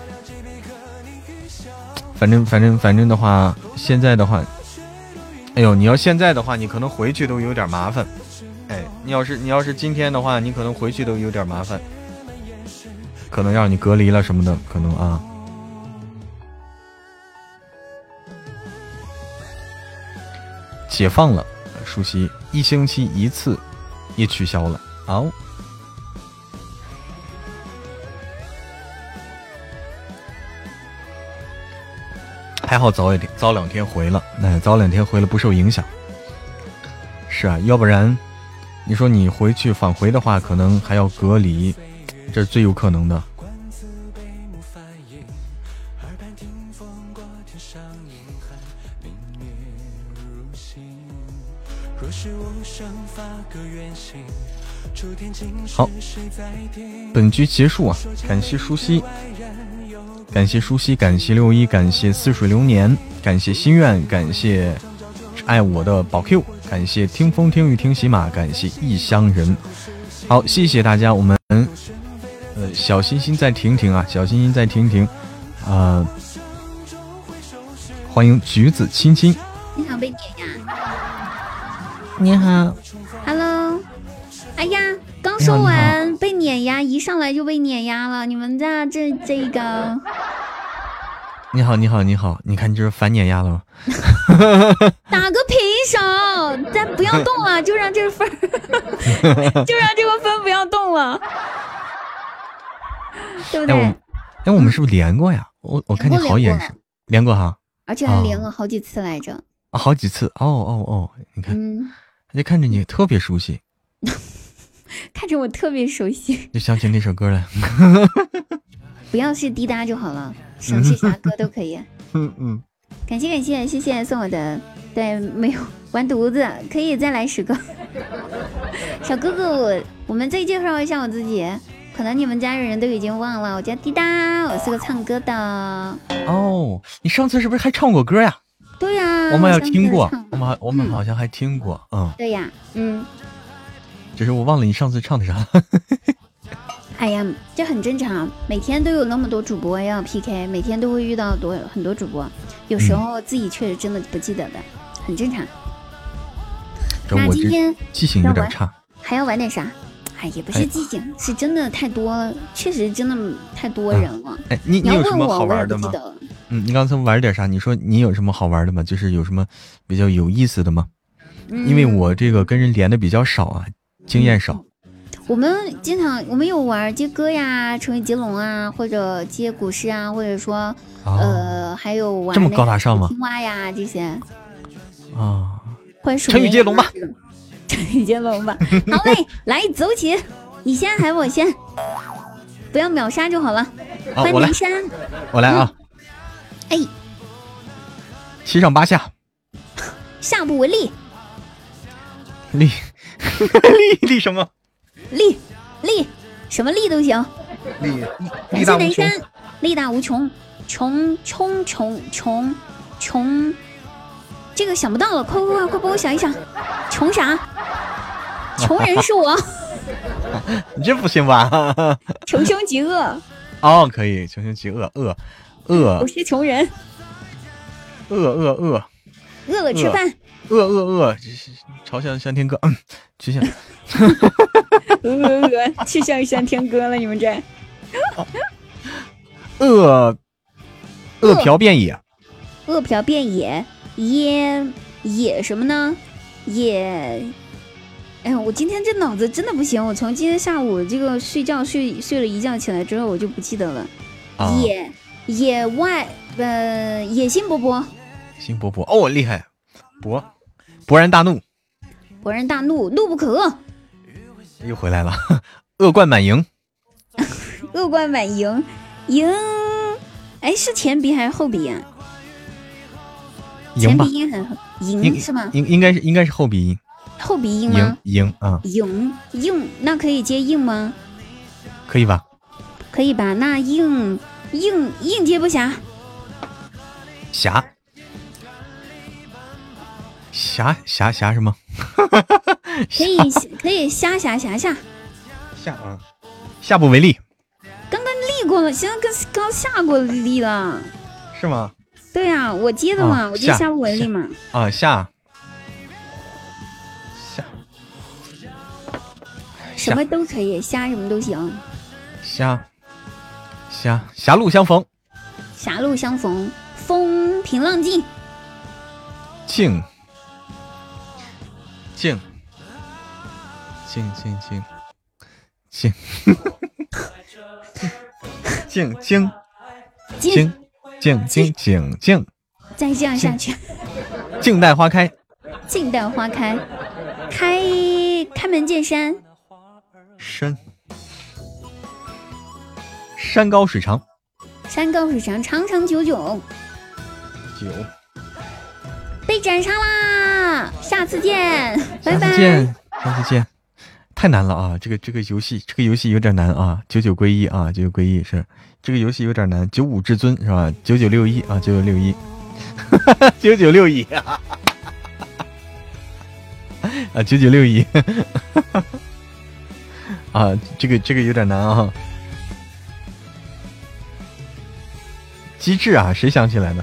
反正的话，现在的话，哎呦，你要现在的话，你可能回去都有点麻烦。哎，你要是今天的话，你可能回去都有点麻烦，可能让你隔离了什么的，可能啊。解放了，舒淇1星期1次也取消了。好，还好早2天回了，那早2天回了不受影响。是啊，要不然你说你回去返回的话，可能还要隔离，这是最有可能的。好，本局结束啊！感谢舒淇，感谢舒淇，感谢6-1，感谢似水流年，感谢心愿，感谢爱我的宝 Q， 感谢听风听雨听喜马，感谢异乡人。好，谢谢大家，我们小心心再停停啊，小心心再停停啊！欢迎橘子亲亲， 你想被点呀？ 你好 ，Hello。哎呀，刚说完被碾压，一上来就被碾压了。你们家这个， 你好，你看你这是反碾压了吗？ 打个平手，咱不要动了，就让这个分，就让这个分不要动了，对不对？ 哎，我们是不是连过呀？我看你好眼神，连过哈。 而且还连了好几次来着。 好几次哦，你看，就看着你特别熟悉， 看着我特别熟悉， 就想起那首歌来。 不要是滴答就好了，省是啥歌都可以。感谢，谢谢送我的。对，没有完犊子，可以再来10个。小哥哥，我们再介绍一下我自己，可能你们家人都已经忘了，我叫滴答，我是个唱歌的。 哦，你上次是不是还唱过歌呀？ 对呀， 我们有听过，我们好像还听过， 对呀， 只是我忘了你上次唱的啥。 哎呀，这很正常，每天都有那么多主播要 PK， 每天都会遇到很多主播，有时候自己确实真的不记得的，很正常。那今天记性有点差， 还要玩点啥？哎，也不是记性，是真的太多了，确实真的太多人了。 哎，你有什么好玩的吗？你刚才玩点啥？你说你有什么好玩的吗？就是有什么比较有意思的吗？因为我这个跟人连的比较少啊，经验少。 我们有玩接歌呀，成语接龙啊，或者接古诗啊，或者说还有玩这么高大上吗？ 青蛙呀这些啊， 或者成语接龙吧， 成语接龙吧。好嘞，来走起，你先还是我先？不要秒杀就好了。欢迎山， 我来啊！ 哎 ，7上8下， 下不为例。 立什么？ 力什么力都行，力大无穷，力大无穷，穷，这个想不到了，快帮我想一想，穷啥？穷人是我。 你这不行吧？ 穷凶极恶。 哦，可以，穷凶极恶，恶。 我是穷人。 饿了吃饭。 饿，朝向山天歌，去向。 去向山天歌了，你们这。 饿殍遍野。 饿殍遍野，野什么呢？野。哎呀，我今天这脑子真的不行，我从今天下午这个睡觉睡了一觉起来之后，我就不记得了。野外，野心勃勃。 心勃勃哦，厉害！勃然大怒， 怒不可遏。 又回来了，恶贯满盈。 恶贯满盈，哎，是前鼻还是后鼻呀？前鼻音很盈是吗？ 应该是后鼻音。 后鼻音吗？ 盈啊， 硬，那可以接硬吗？ 可以吧？ 可以吧？那硬接不暇。 霞什么？ 可以下下不为例。 刚刚立过了，现在刚下过力了。 是吗？ 对呀，我接的嘛，我接下不为例嘛。 啊，下。 什么都可以，虾什么都行。 狭路相逢， 风平浪静。 静， 再这样下去。 静待花开， 开门见山。 山高水长， 长长久久。被斩杀啦！下次见，拜拜。 下次见。太难了啊！这个游戏有点难啊！99归一啊，99归一是这个游戏有点难。95至尊是吧？9961啊，9961，9961啊，9961啊，这个有点难啊。机智啊，谁想起来的？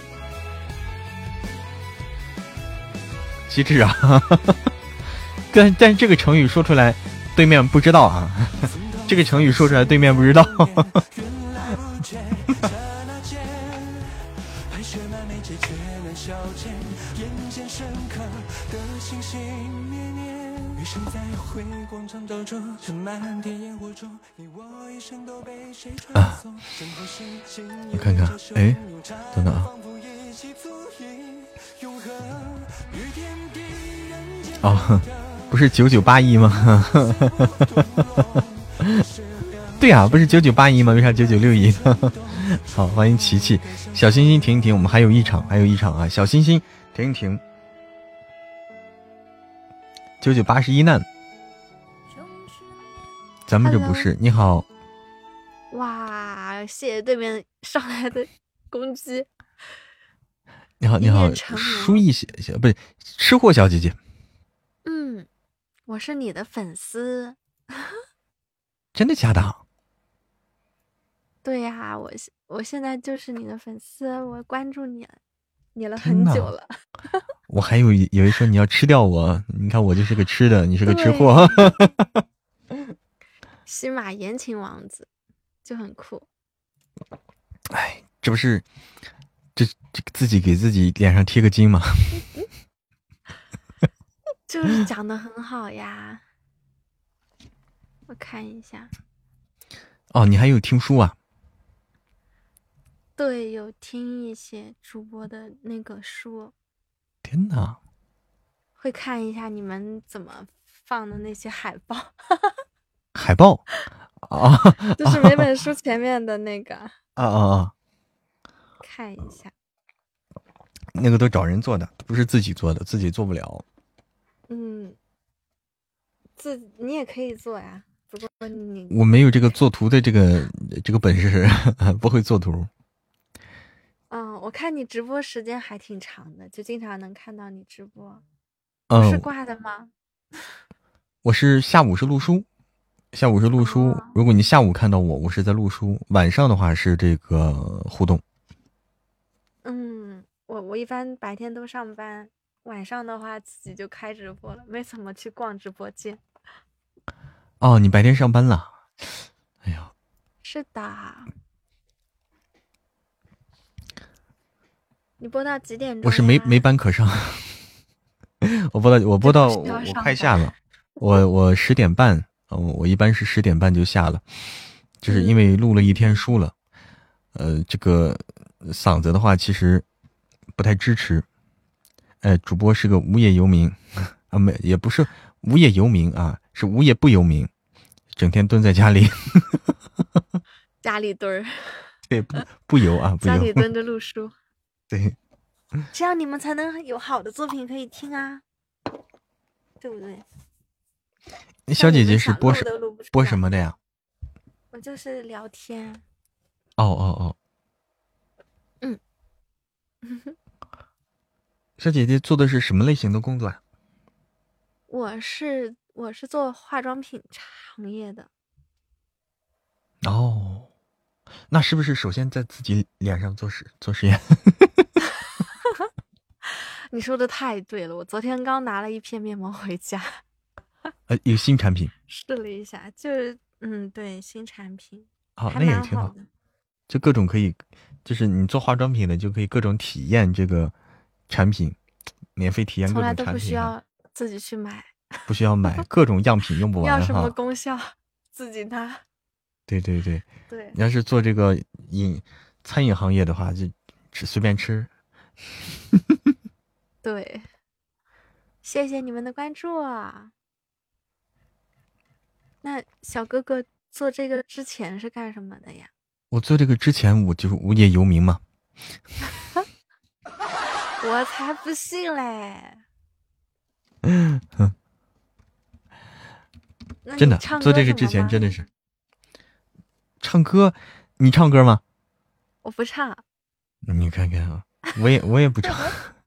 机智啊！但这个成语说出来，对面不知道啊。这个成语说出来，对面不知道。 啊，我看看，哎，等等啊。哦，不是9981吗？对啊，不是9981吗？为啥9961呢？好，欢迎琪琪，小星星停一停，我们还有一场啊！小星星停一停，9981难，咱们这不是。你好， 哇，谢谢对面上来的攻击。 你好，你好，书艺小不是吃货小姐姐。 我是你的粉丝。 真的假的？ 对呀，我现在就是你的粉丝，我关注你了很久了。 我还以为说你要吃掉我，你看我就是个吃的，你是个吃货。 西马言情王子就很酷。 哎，这不是这自己给自己脸上贴个金吗？ 就是讲得很好呀。我看一下。 哦，你还有听书啊？ 对，有听一些主播的那个书。 天哪！ 会看一下你们怎么放的那些海报。 海报啊， 就是每本书前面的那个。 啊！ 看一下。 那个都找人做的，不是自己做的，自己做不了。 你也可以做呀，不过我没有这个做图的这个本事，不会做图。 我看你直播时间还挺长的，就经常能看到你直播。是挂的吗？ 我是下午是录书，如果你下午看到我是在录书，晚上的话是这个互动。 我一般白天都上班，晚上的话自己就开直播了，没怎么去逛直播间。 哦，你白天上班了？哎呀， 是的。你播到几点钟？ 我是没班可上。我播到我快下了，我10点半，我一般是10点半就下了，就是因为录了一天书了，这个嗓子的话其实不太支持。主播是个无业游民啊，也不是无业游民啊，是无业不游民，整天蹲在家里。 家里蹲儿。 对，不游啊，不游。 家里蹲着录书。 对。 这样你们才能有好的作品可以听啊，对不对？ 小姐姐是播什么的呀？ 我就是聊天。 哦。小姐姐做的是什么类型的工作啊？ 我是做化妆品行业的。 哦，那是不是首先在自己脸上做实验？ 你说的太对了，我昨天刚拿了一片面膜回家。 有新产品。 试了一下，就是对，新产品。 好，那也挺好。就各种可以，就是你做化妆品的就可以各种体验这个产品，免费体验各种产品。 从来都不需要自己去买。 不需要买，各种样品用不完。 要什么功效自己拿。 对。 对。 你要是做这个餐饮行业的话，就随便吃。 对，谢谢你们的关注啊。那小哥哥做这个之前是干什么的呀？ 我做这个之前，我就是无业游民嘛。 我才不信嘞！ 真的，做这个之前真的是唱歌。你唱歌吗？ 我不唱。 你看看啊，我也不唱。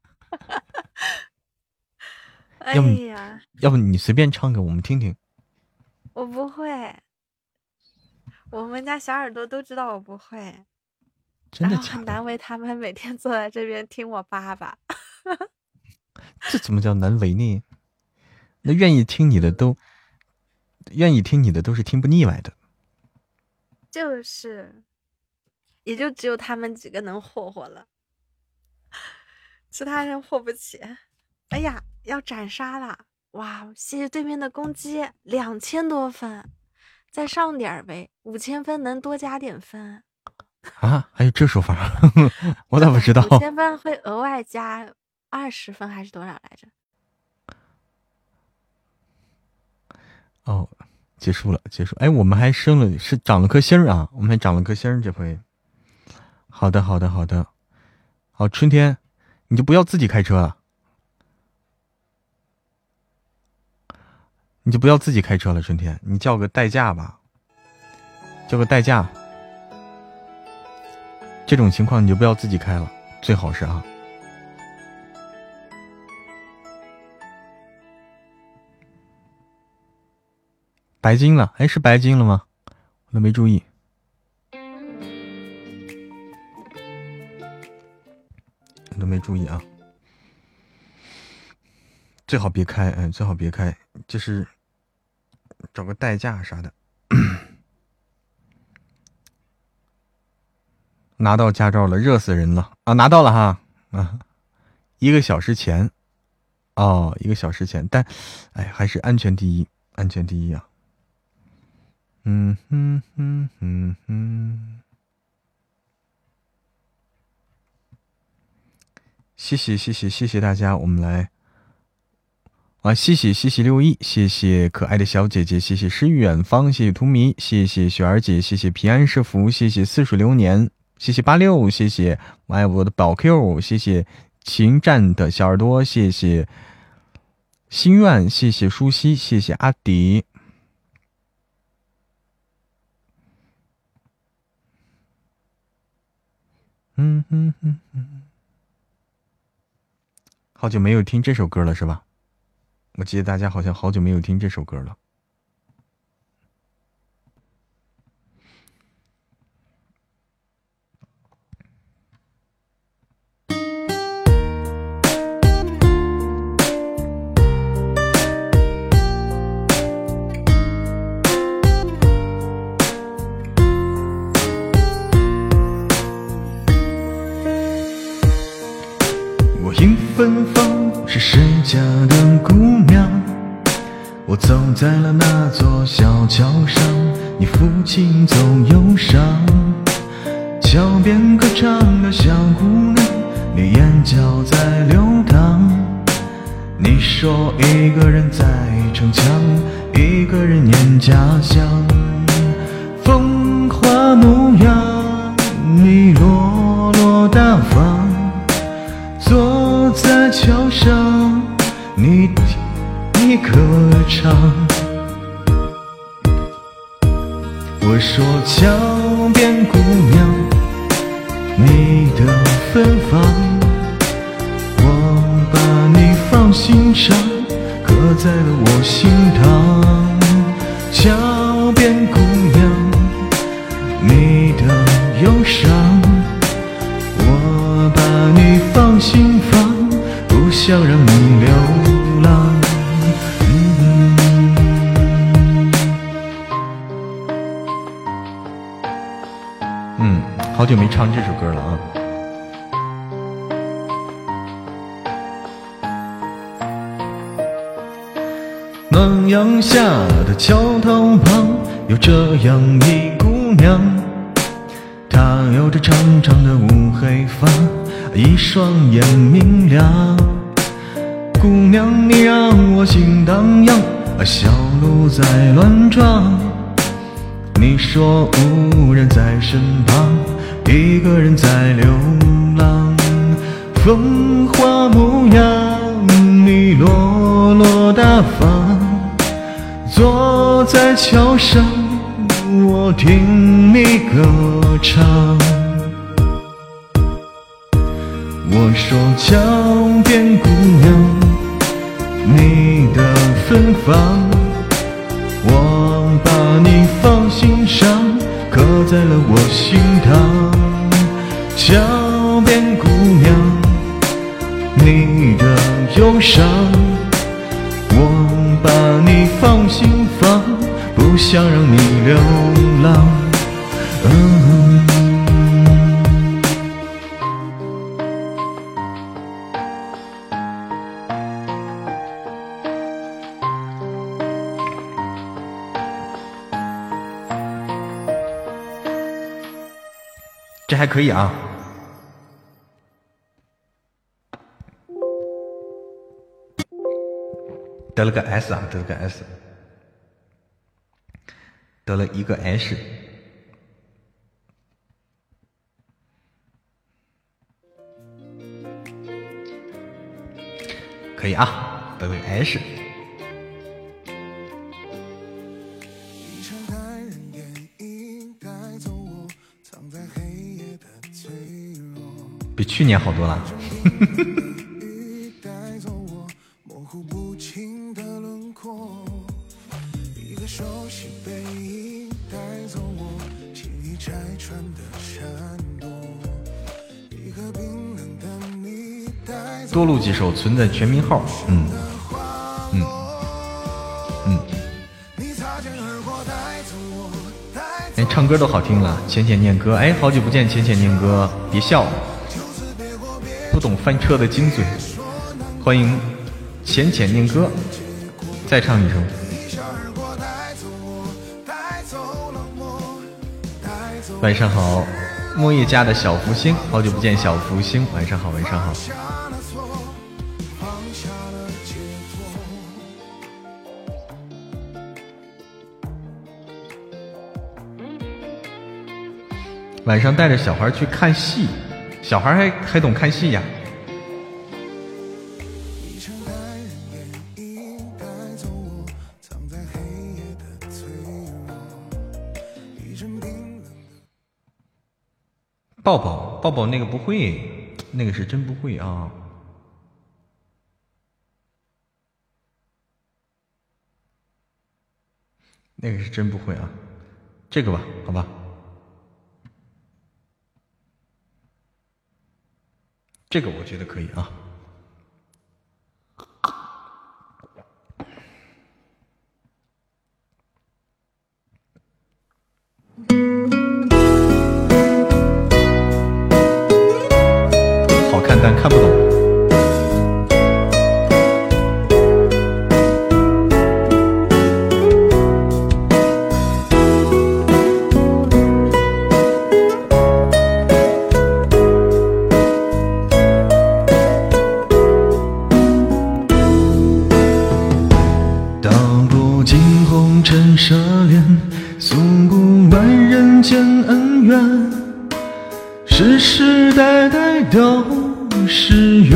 哎呀， 要不你随便唱个我们听听。 我不会，我们家小耳朵都知道我不会。 真的假的？ 然后很难为他们每天坐在这边听我叭叭。 这怎么叫难为呢？那愿意听你的都是听不腻歪的。 就是，也就只有他们几个能霍霍了，其他人霍不起。哎呀，要斩杀了！ 哇，谢谢对面的公鸡，2000多分，再上点呗，5000分能多加点分啊？还有这说法？我咋不知道 ？5000分会额外加20分还是多少来着？ 哦，结束了，结束。哎，我们还升了，是长了颗星啊！我们还长了颗星，这回。好的，好的，好的。好，春天，你就不要自己开车了。你就不要自己开车了，春天，你叫个代驾吧，叫个代驾。这种情况你就不要自己开了，最好是啊。白金了，哎，是白金了吗？我都没注意。我都没注意啊。最好别开，最好别开，就是找个代驾啥的。拿到驾照了，热死人了啊！拿到了哈啊，1个小时前，哦，1个小时前，但，哎，还是安全第一，安全第一啊！谢谢大家，我们来。啊，谢谢6亿，谢谢可爱的小姐姐，谢谢诗与远方，谢谢图迷，谢谢雪儿姐，谢谢平安是福，谢谢似水流年，谢谢86，谢谢我爱我的宝 Q， 谢谢情战的小耳朵，谢谢心愿，谢谢舒希，谢谢阿迪。好久没有听这首歌了是吧？我记得大家好像好久没有听这首歌了。我迎芬芳是谁家的姑娘？我走在了那座小桥上，你父亲走忧伤。桥边歌唱的小姑娘，你眼角在流淌。你说一个人在逞强，一个人念家乡。风华模样，你落落大方。坐在桥上，你歌唱。我说桥边姑娘，你的芬芳，我把你放心上，刻在了我心膛。桥边姑娘，你的忧伤，我把你放心房，不想让你流浪。好久没唱这首歌了啊。暖阳下的桥头旁，有这样一姑娘，她有着长长的乌黑发，一双眼明亮。姑娘你让我心荡漾，小鹿在乱撞。你说无人在身旁，一个人在流浪。风华模样，你落落大方。坐在桥上，我听你歌唱。我说桥边姑娘，你的芬芳，我把你放心上，刻在了我心膛。桥边姑娘，你的忧伤，我把你放心房，不想让你流浪。 这还可以啊。得了个 S 啊，得了个 S， 得了一个 S。可以啊，得了个 S。比去年好多了。多录几首存在全民号。连唱歌都好听了，浅浅念歌。哎，好久不见，浅浅念歌，别笑，不懂翻车的精髓。欢迎浅浅念歌，再唱一声。晚上好，莫叶家的小福星，好久不见，小福星，晚上好，晚上好。晚上带着小孩去看戏，小孩还懂看戏呀？抱抱抱抱，那个不会，那个是真不会啊。那个是真不会啊，这个吧，好吧。这个我觉得可以啊。好看但看不懂。涉恋，诉不完人间恩怨，世世代代都是缘，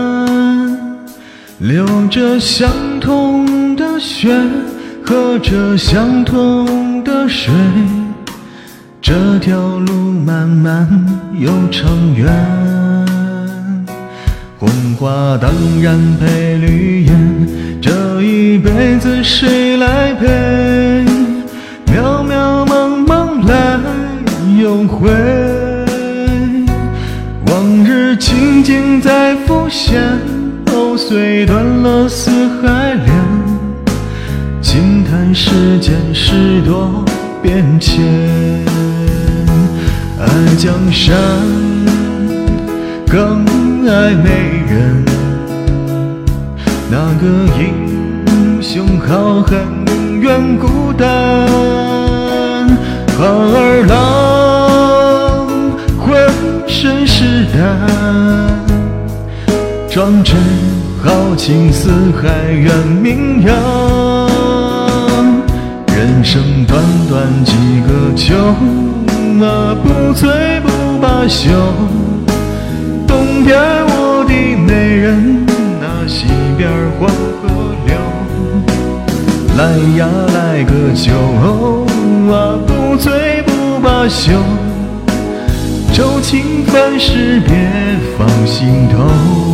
流着相同的血，喝着相同的水，这条路漫漫又长远，红花当然配绿叶，这一辈子谁来陪？渺渺茫茫来又回，往日情景在浮现，藕虽断了丝还连，轻叹世间事多变迁。爱江山更爱美人，那个英雄好汉宁愿孤单，好儿郎浑身是胆，壮志豪情四海远名扬。人生短短几个秋啊，不醉不罢休，东边我的美人，那西边黄河流。来呀来个酒啊，不醉不罢休，旧情凡事别放心头。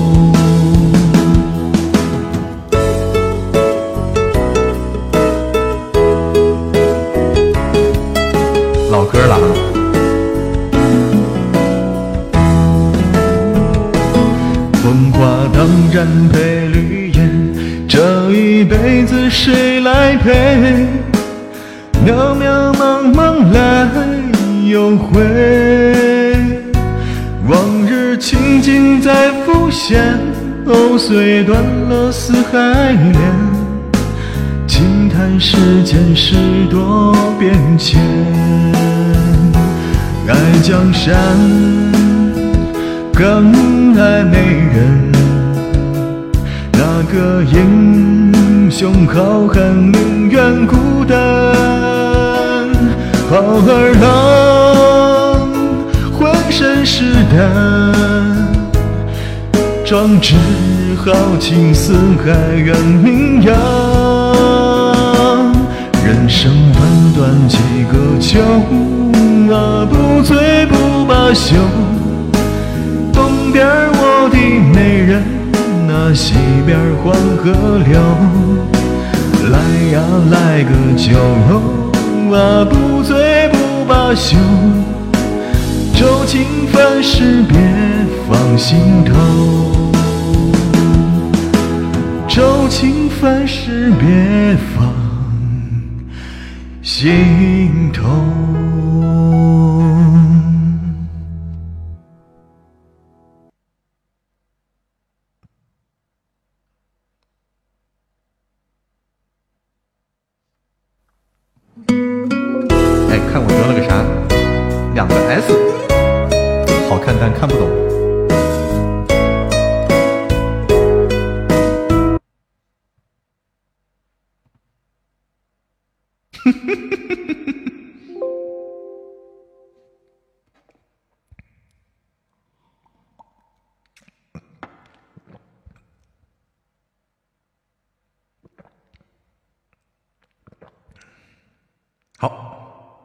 老歌了，风华当然配绿叶，这一辈子谁来陪？渺渺茫茫来又回，往日情景在浮现，藕虽断了丝还连，轻叹世间事多变迁。 爱江山，更爱美人。那个英雄好汉宁愿孤单，好儿郎浑身是胆，壮志豪情四海远名扬。人生短短几个秋啊，不醉不罢休。东边我的美人，那西边黄河流。来呀来个酒啊，不醉不罢休。愁情烦事别放心头，愁情烦事别放心头。哎，看我得了个啥？2个 S， 好看但看不懂。好，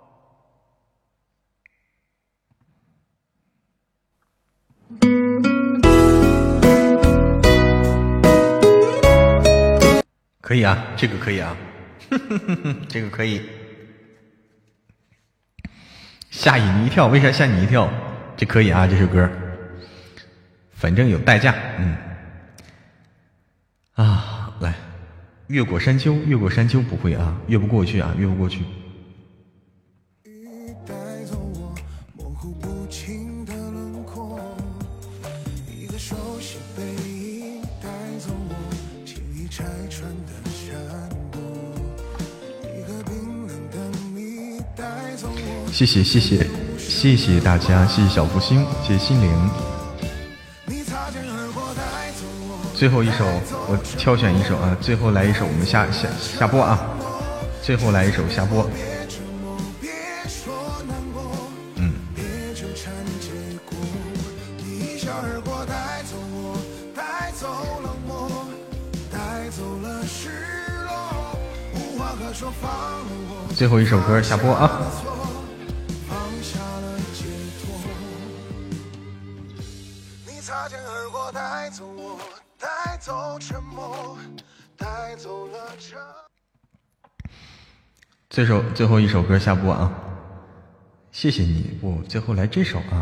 可以啊，这个可以啊，这个可以。吓你一跳，为啥吓你一跳？这可以啊，这首歌，反正有代价。啊，来，越过山丘，越过山丘不会啊，越不过去啊，越不过去。谢谢谢谢谢谢大家，谢谢小福星，谢谢心灵。最后一首我挑选一首啊，最后来一首我们下播啊，最后来一首下播。最后一首歌下播啊。最后一首歌下播啊，谢谢你。我最后来这首啊。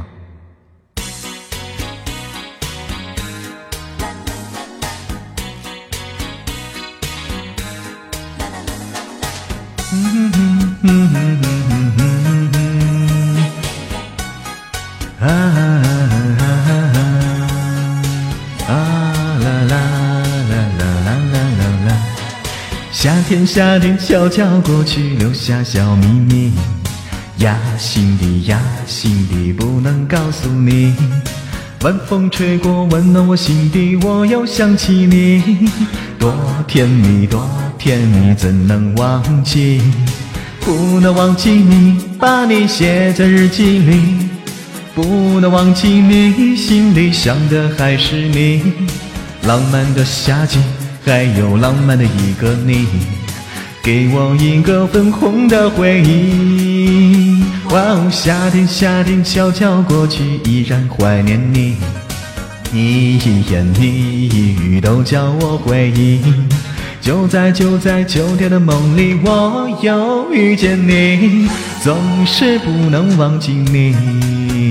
夏天悄悄过去，留下小秘密呀，心底不能告诉你。晚风吹过，温暖我心底，我又想起你，多甜蜜，怎能忘记？不能忘记你，把你写在日记里，不能忘记你，心里想的还是你。浪漫的夏季，还有浪漫的一个你，给我一个粉红的回忆。哇哦，夏天悄悄过去，依然怀念你，你一言你一语都叫我回忆。就在秋天的梦里，我又遇见你，总是不能忘记你。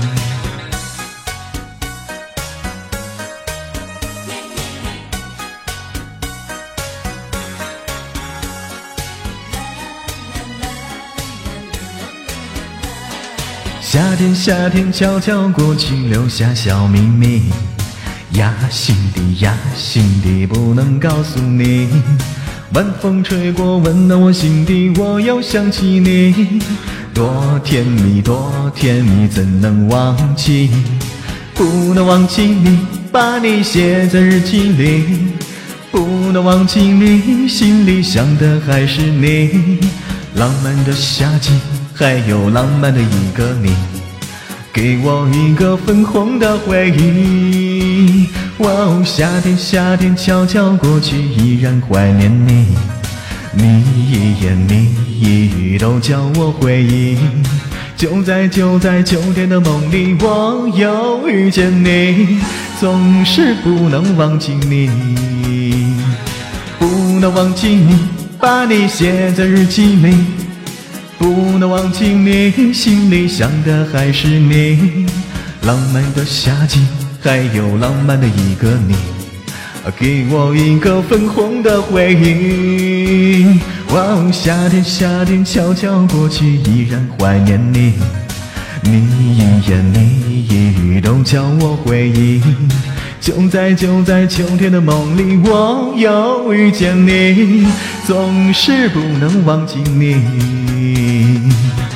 夏天悄悄过去，留下小秘密呀，心底不能告诉你。晚风吹过，温暖我心底，我又想起你， 多甜蜜多甜蜜，怎能忘记？不能忘记你，把你写在日记里，不能忘记你，心里想的还是你。浪漫的夏季，还有浪漫的一个你，给我一个粉红的回忆。哇哦，夏天夏天悄悄过去，依然怀念你，你一言你一语都叫我回忆。就在秋天的梦里，我又遇见你，总是不能忘记你，不能忘记你，把你写在日记里，不能忘记你，心里想的还是你。浪漫的夏季，还有浪漫的一个你，给我一个粉红的回忆。哇哦，夏天夏天悄悄过去，依然怀念你，你一言你一语都叫我回忆。就在秋天的梦里，我又遇见你，总是不能忘记你。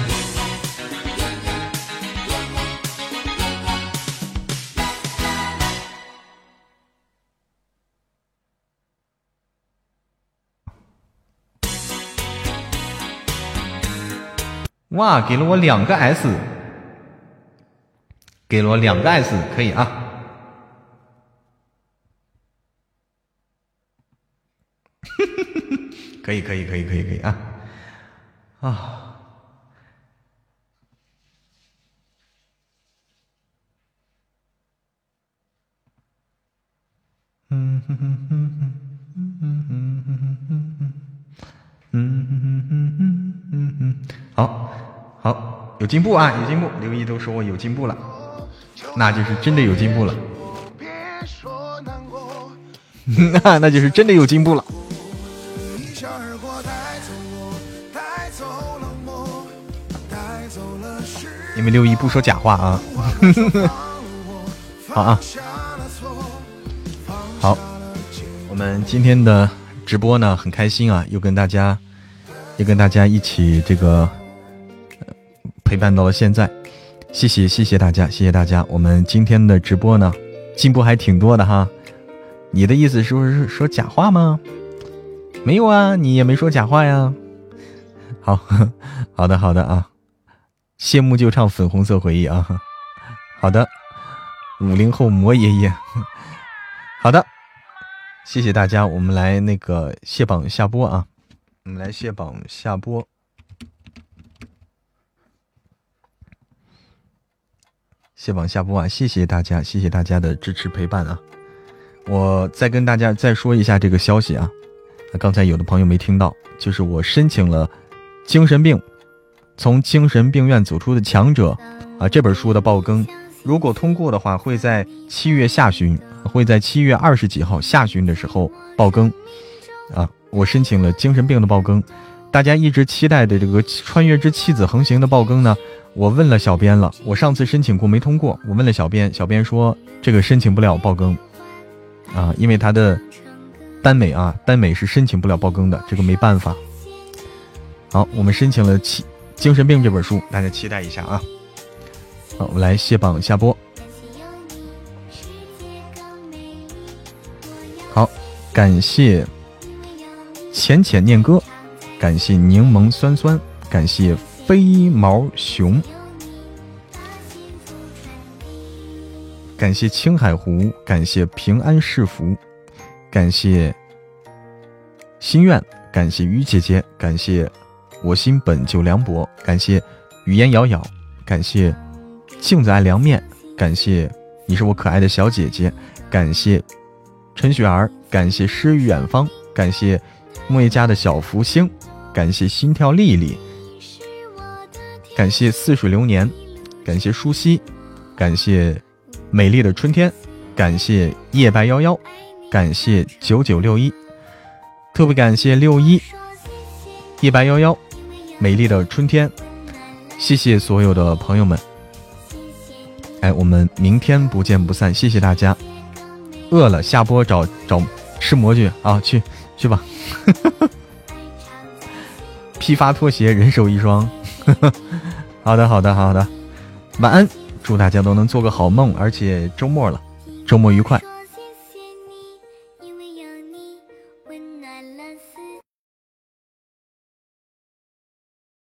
哇，给了我2个 S， 给了我2个 S， 可以啊。可以啊啊！好，有进步啊，有进步。刘毅都说我有进步了，那就是真的有进步了。那就是真的有进步了。因为6一不说假话啊。好啊，好，我们今天的直播呢很开心啊，又跟大家一起这个陪伴到了现在，谢谢大家，谢谢大家。我们今天的直播呢进步还挺多的哈。你的意思是说假话吗？没有啊，你也没说假话呀。好的啊，谢幕就唱粉红色回忆啊。好的，50后魔爷爷。好的，谢谢大家，我们来那个卸榜下播啊，我们来卸榜下播。卸榜下播啊，谢谢大家，谢谢大家的支持陪伴啊。我再跟大家再说一下这个消息啊，刚才有的朋友没听到，就是我申请了精神病从精神病院走出的强者啊这本书的报更，如果通过的话，会在7月下旬，会在7月20几号下旬的时候报更啊。我申请了精神病的报更，大家一直期待的这个穿越之妻子横行的报更呢，我问了小编了，我上次申请过没通过，我问了小编，小编说这个申请不了报更啊，因为他的耽美是申请不了报更的，这个没办法。好，我们申请了精神病这本书，大家期待一下啊。好，我们来卸榜下播。好，感谢浅浅念歌，感谢柠檬酸酸，感谢飞毛熊，感谢青海湖，感谢平安是福，感谢心愿，感谢于姐姐，感谢我心本就凉薄，感谢语言杳杳，感谢镜子爱凉面，感谢你是我可爱的小姐姐，感谢陈雪儿，感谢诗与远方，感谢木叶家的小福星，感谢心跳丽丽，感谢似水流年，感谢舒希，感谢美丽的春天，感谢夜白夭夭，感谢9961，特别感谢61夜白夭夭，美丽的春天，谢谢所有的朋友们。哎，我们明天不见不散，谢谢大家。饿了下播找吃馍去啊，去吧。批发拖鞋人手一双。 好的，好的，晚安，祝大家都能做个好梦，而且周末了，周末愉快。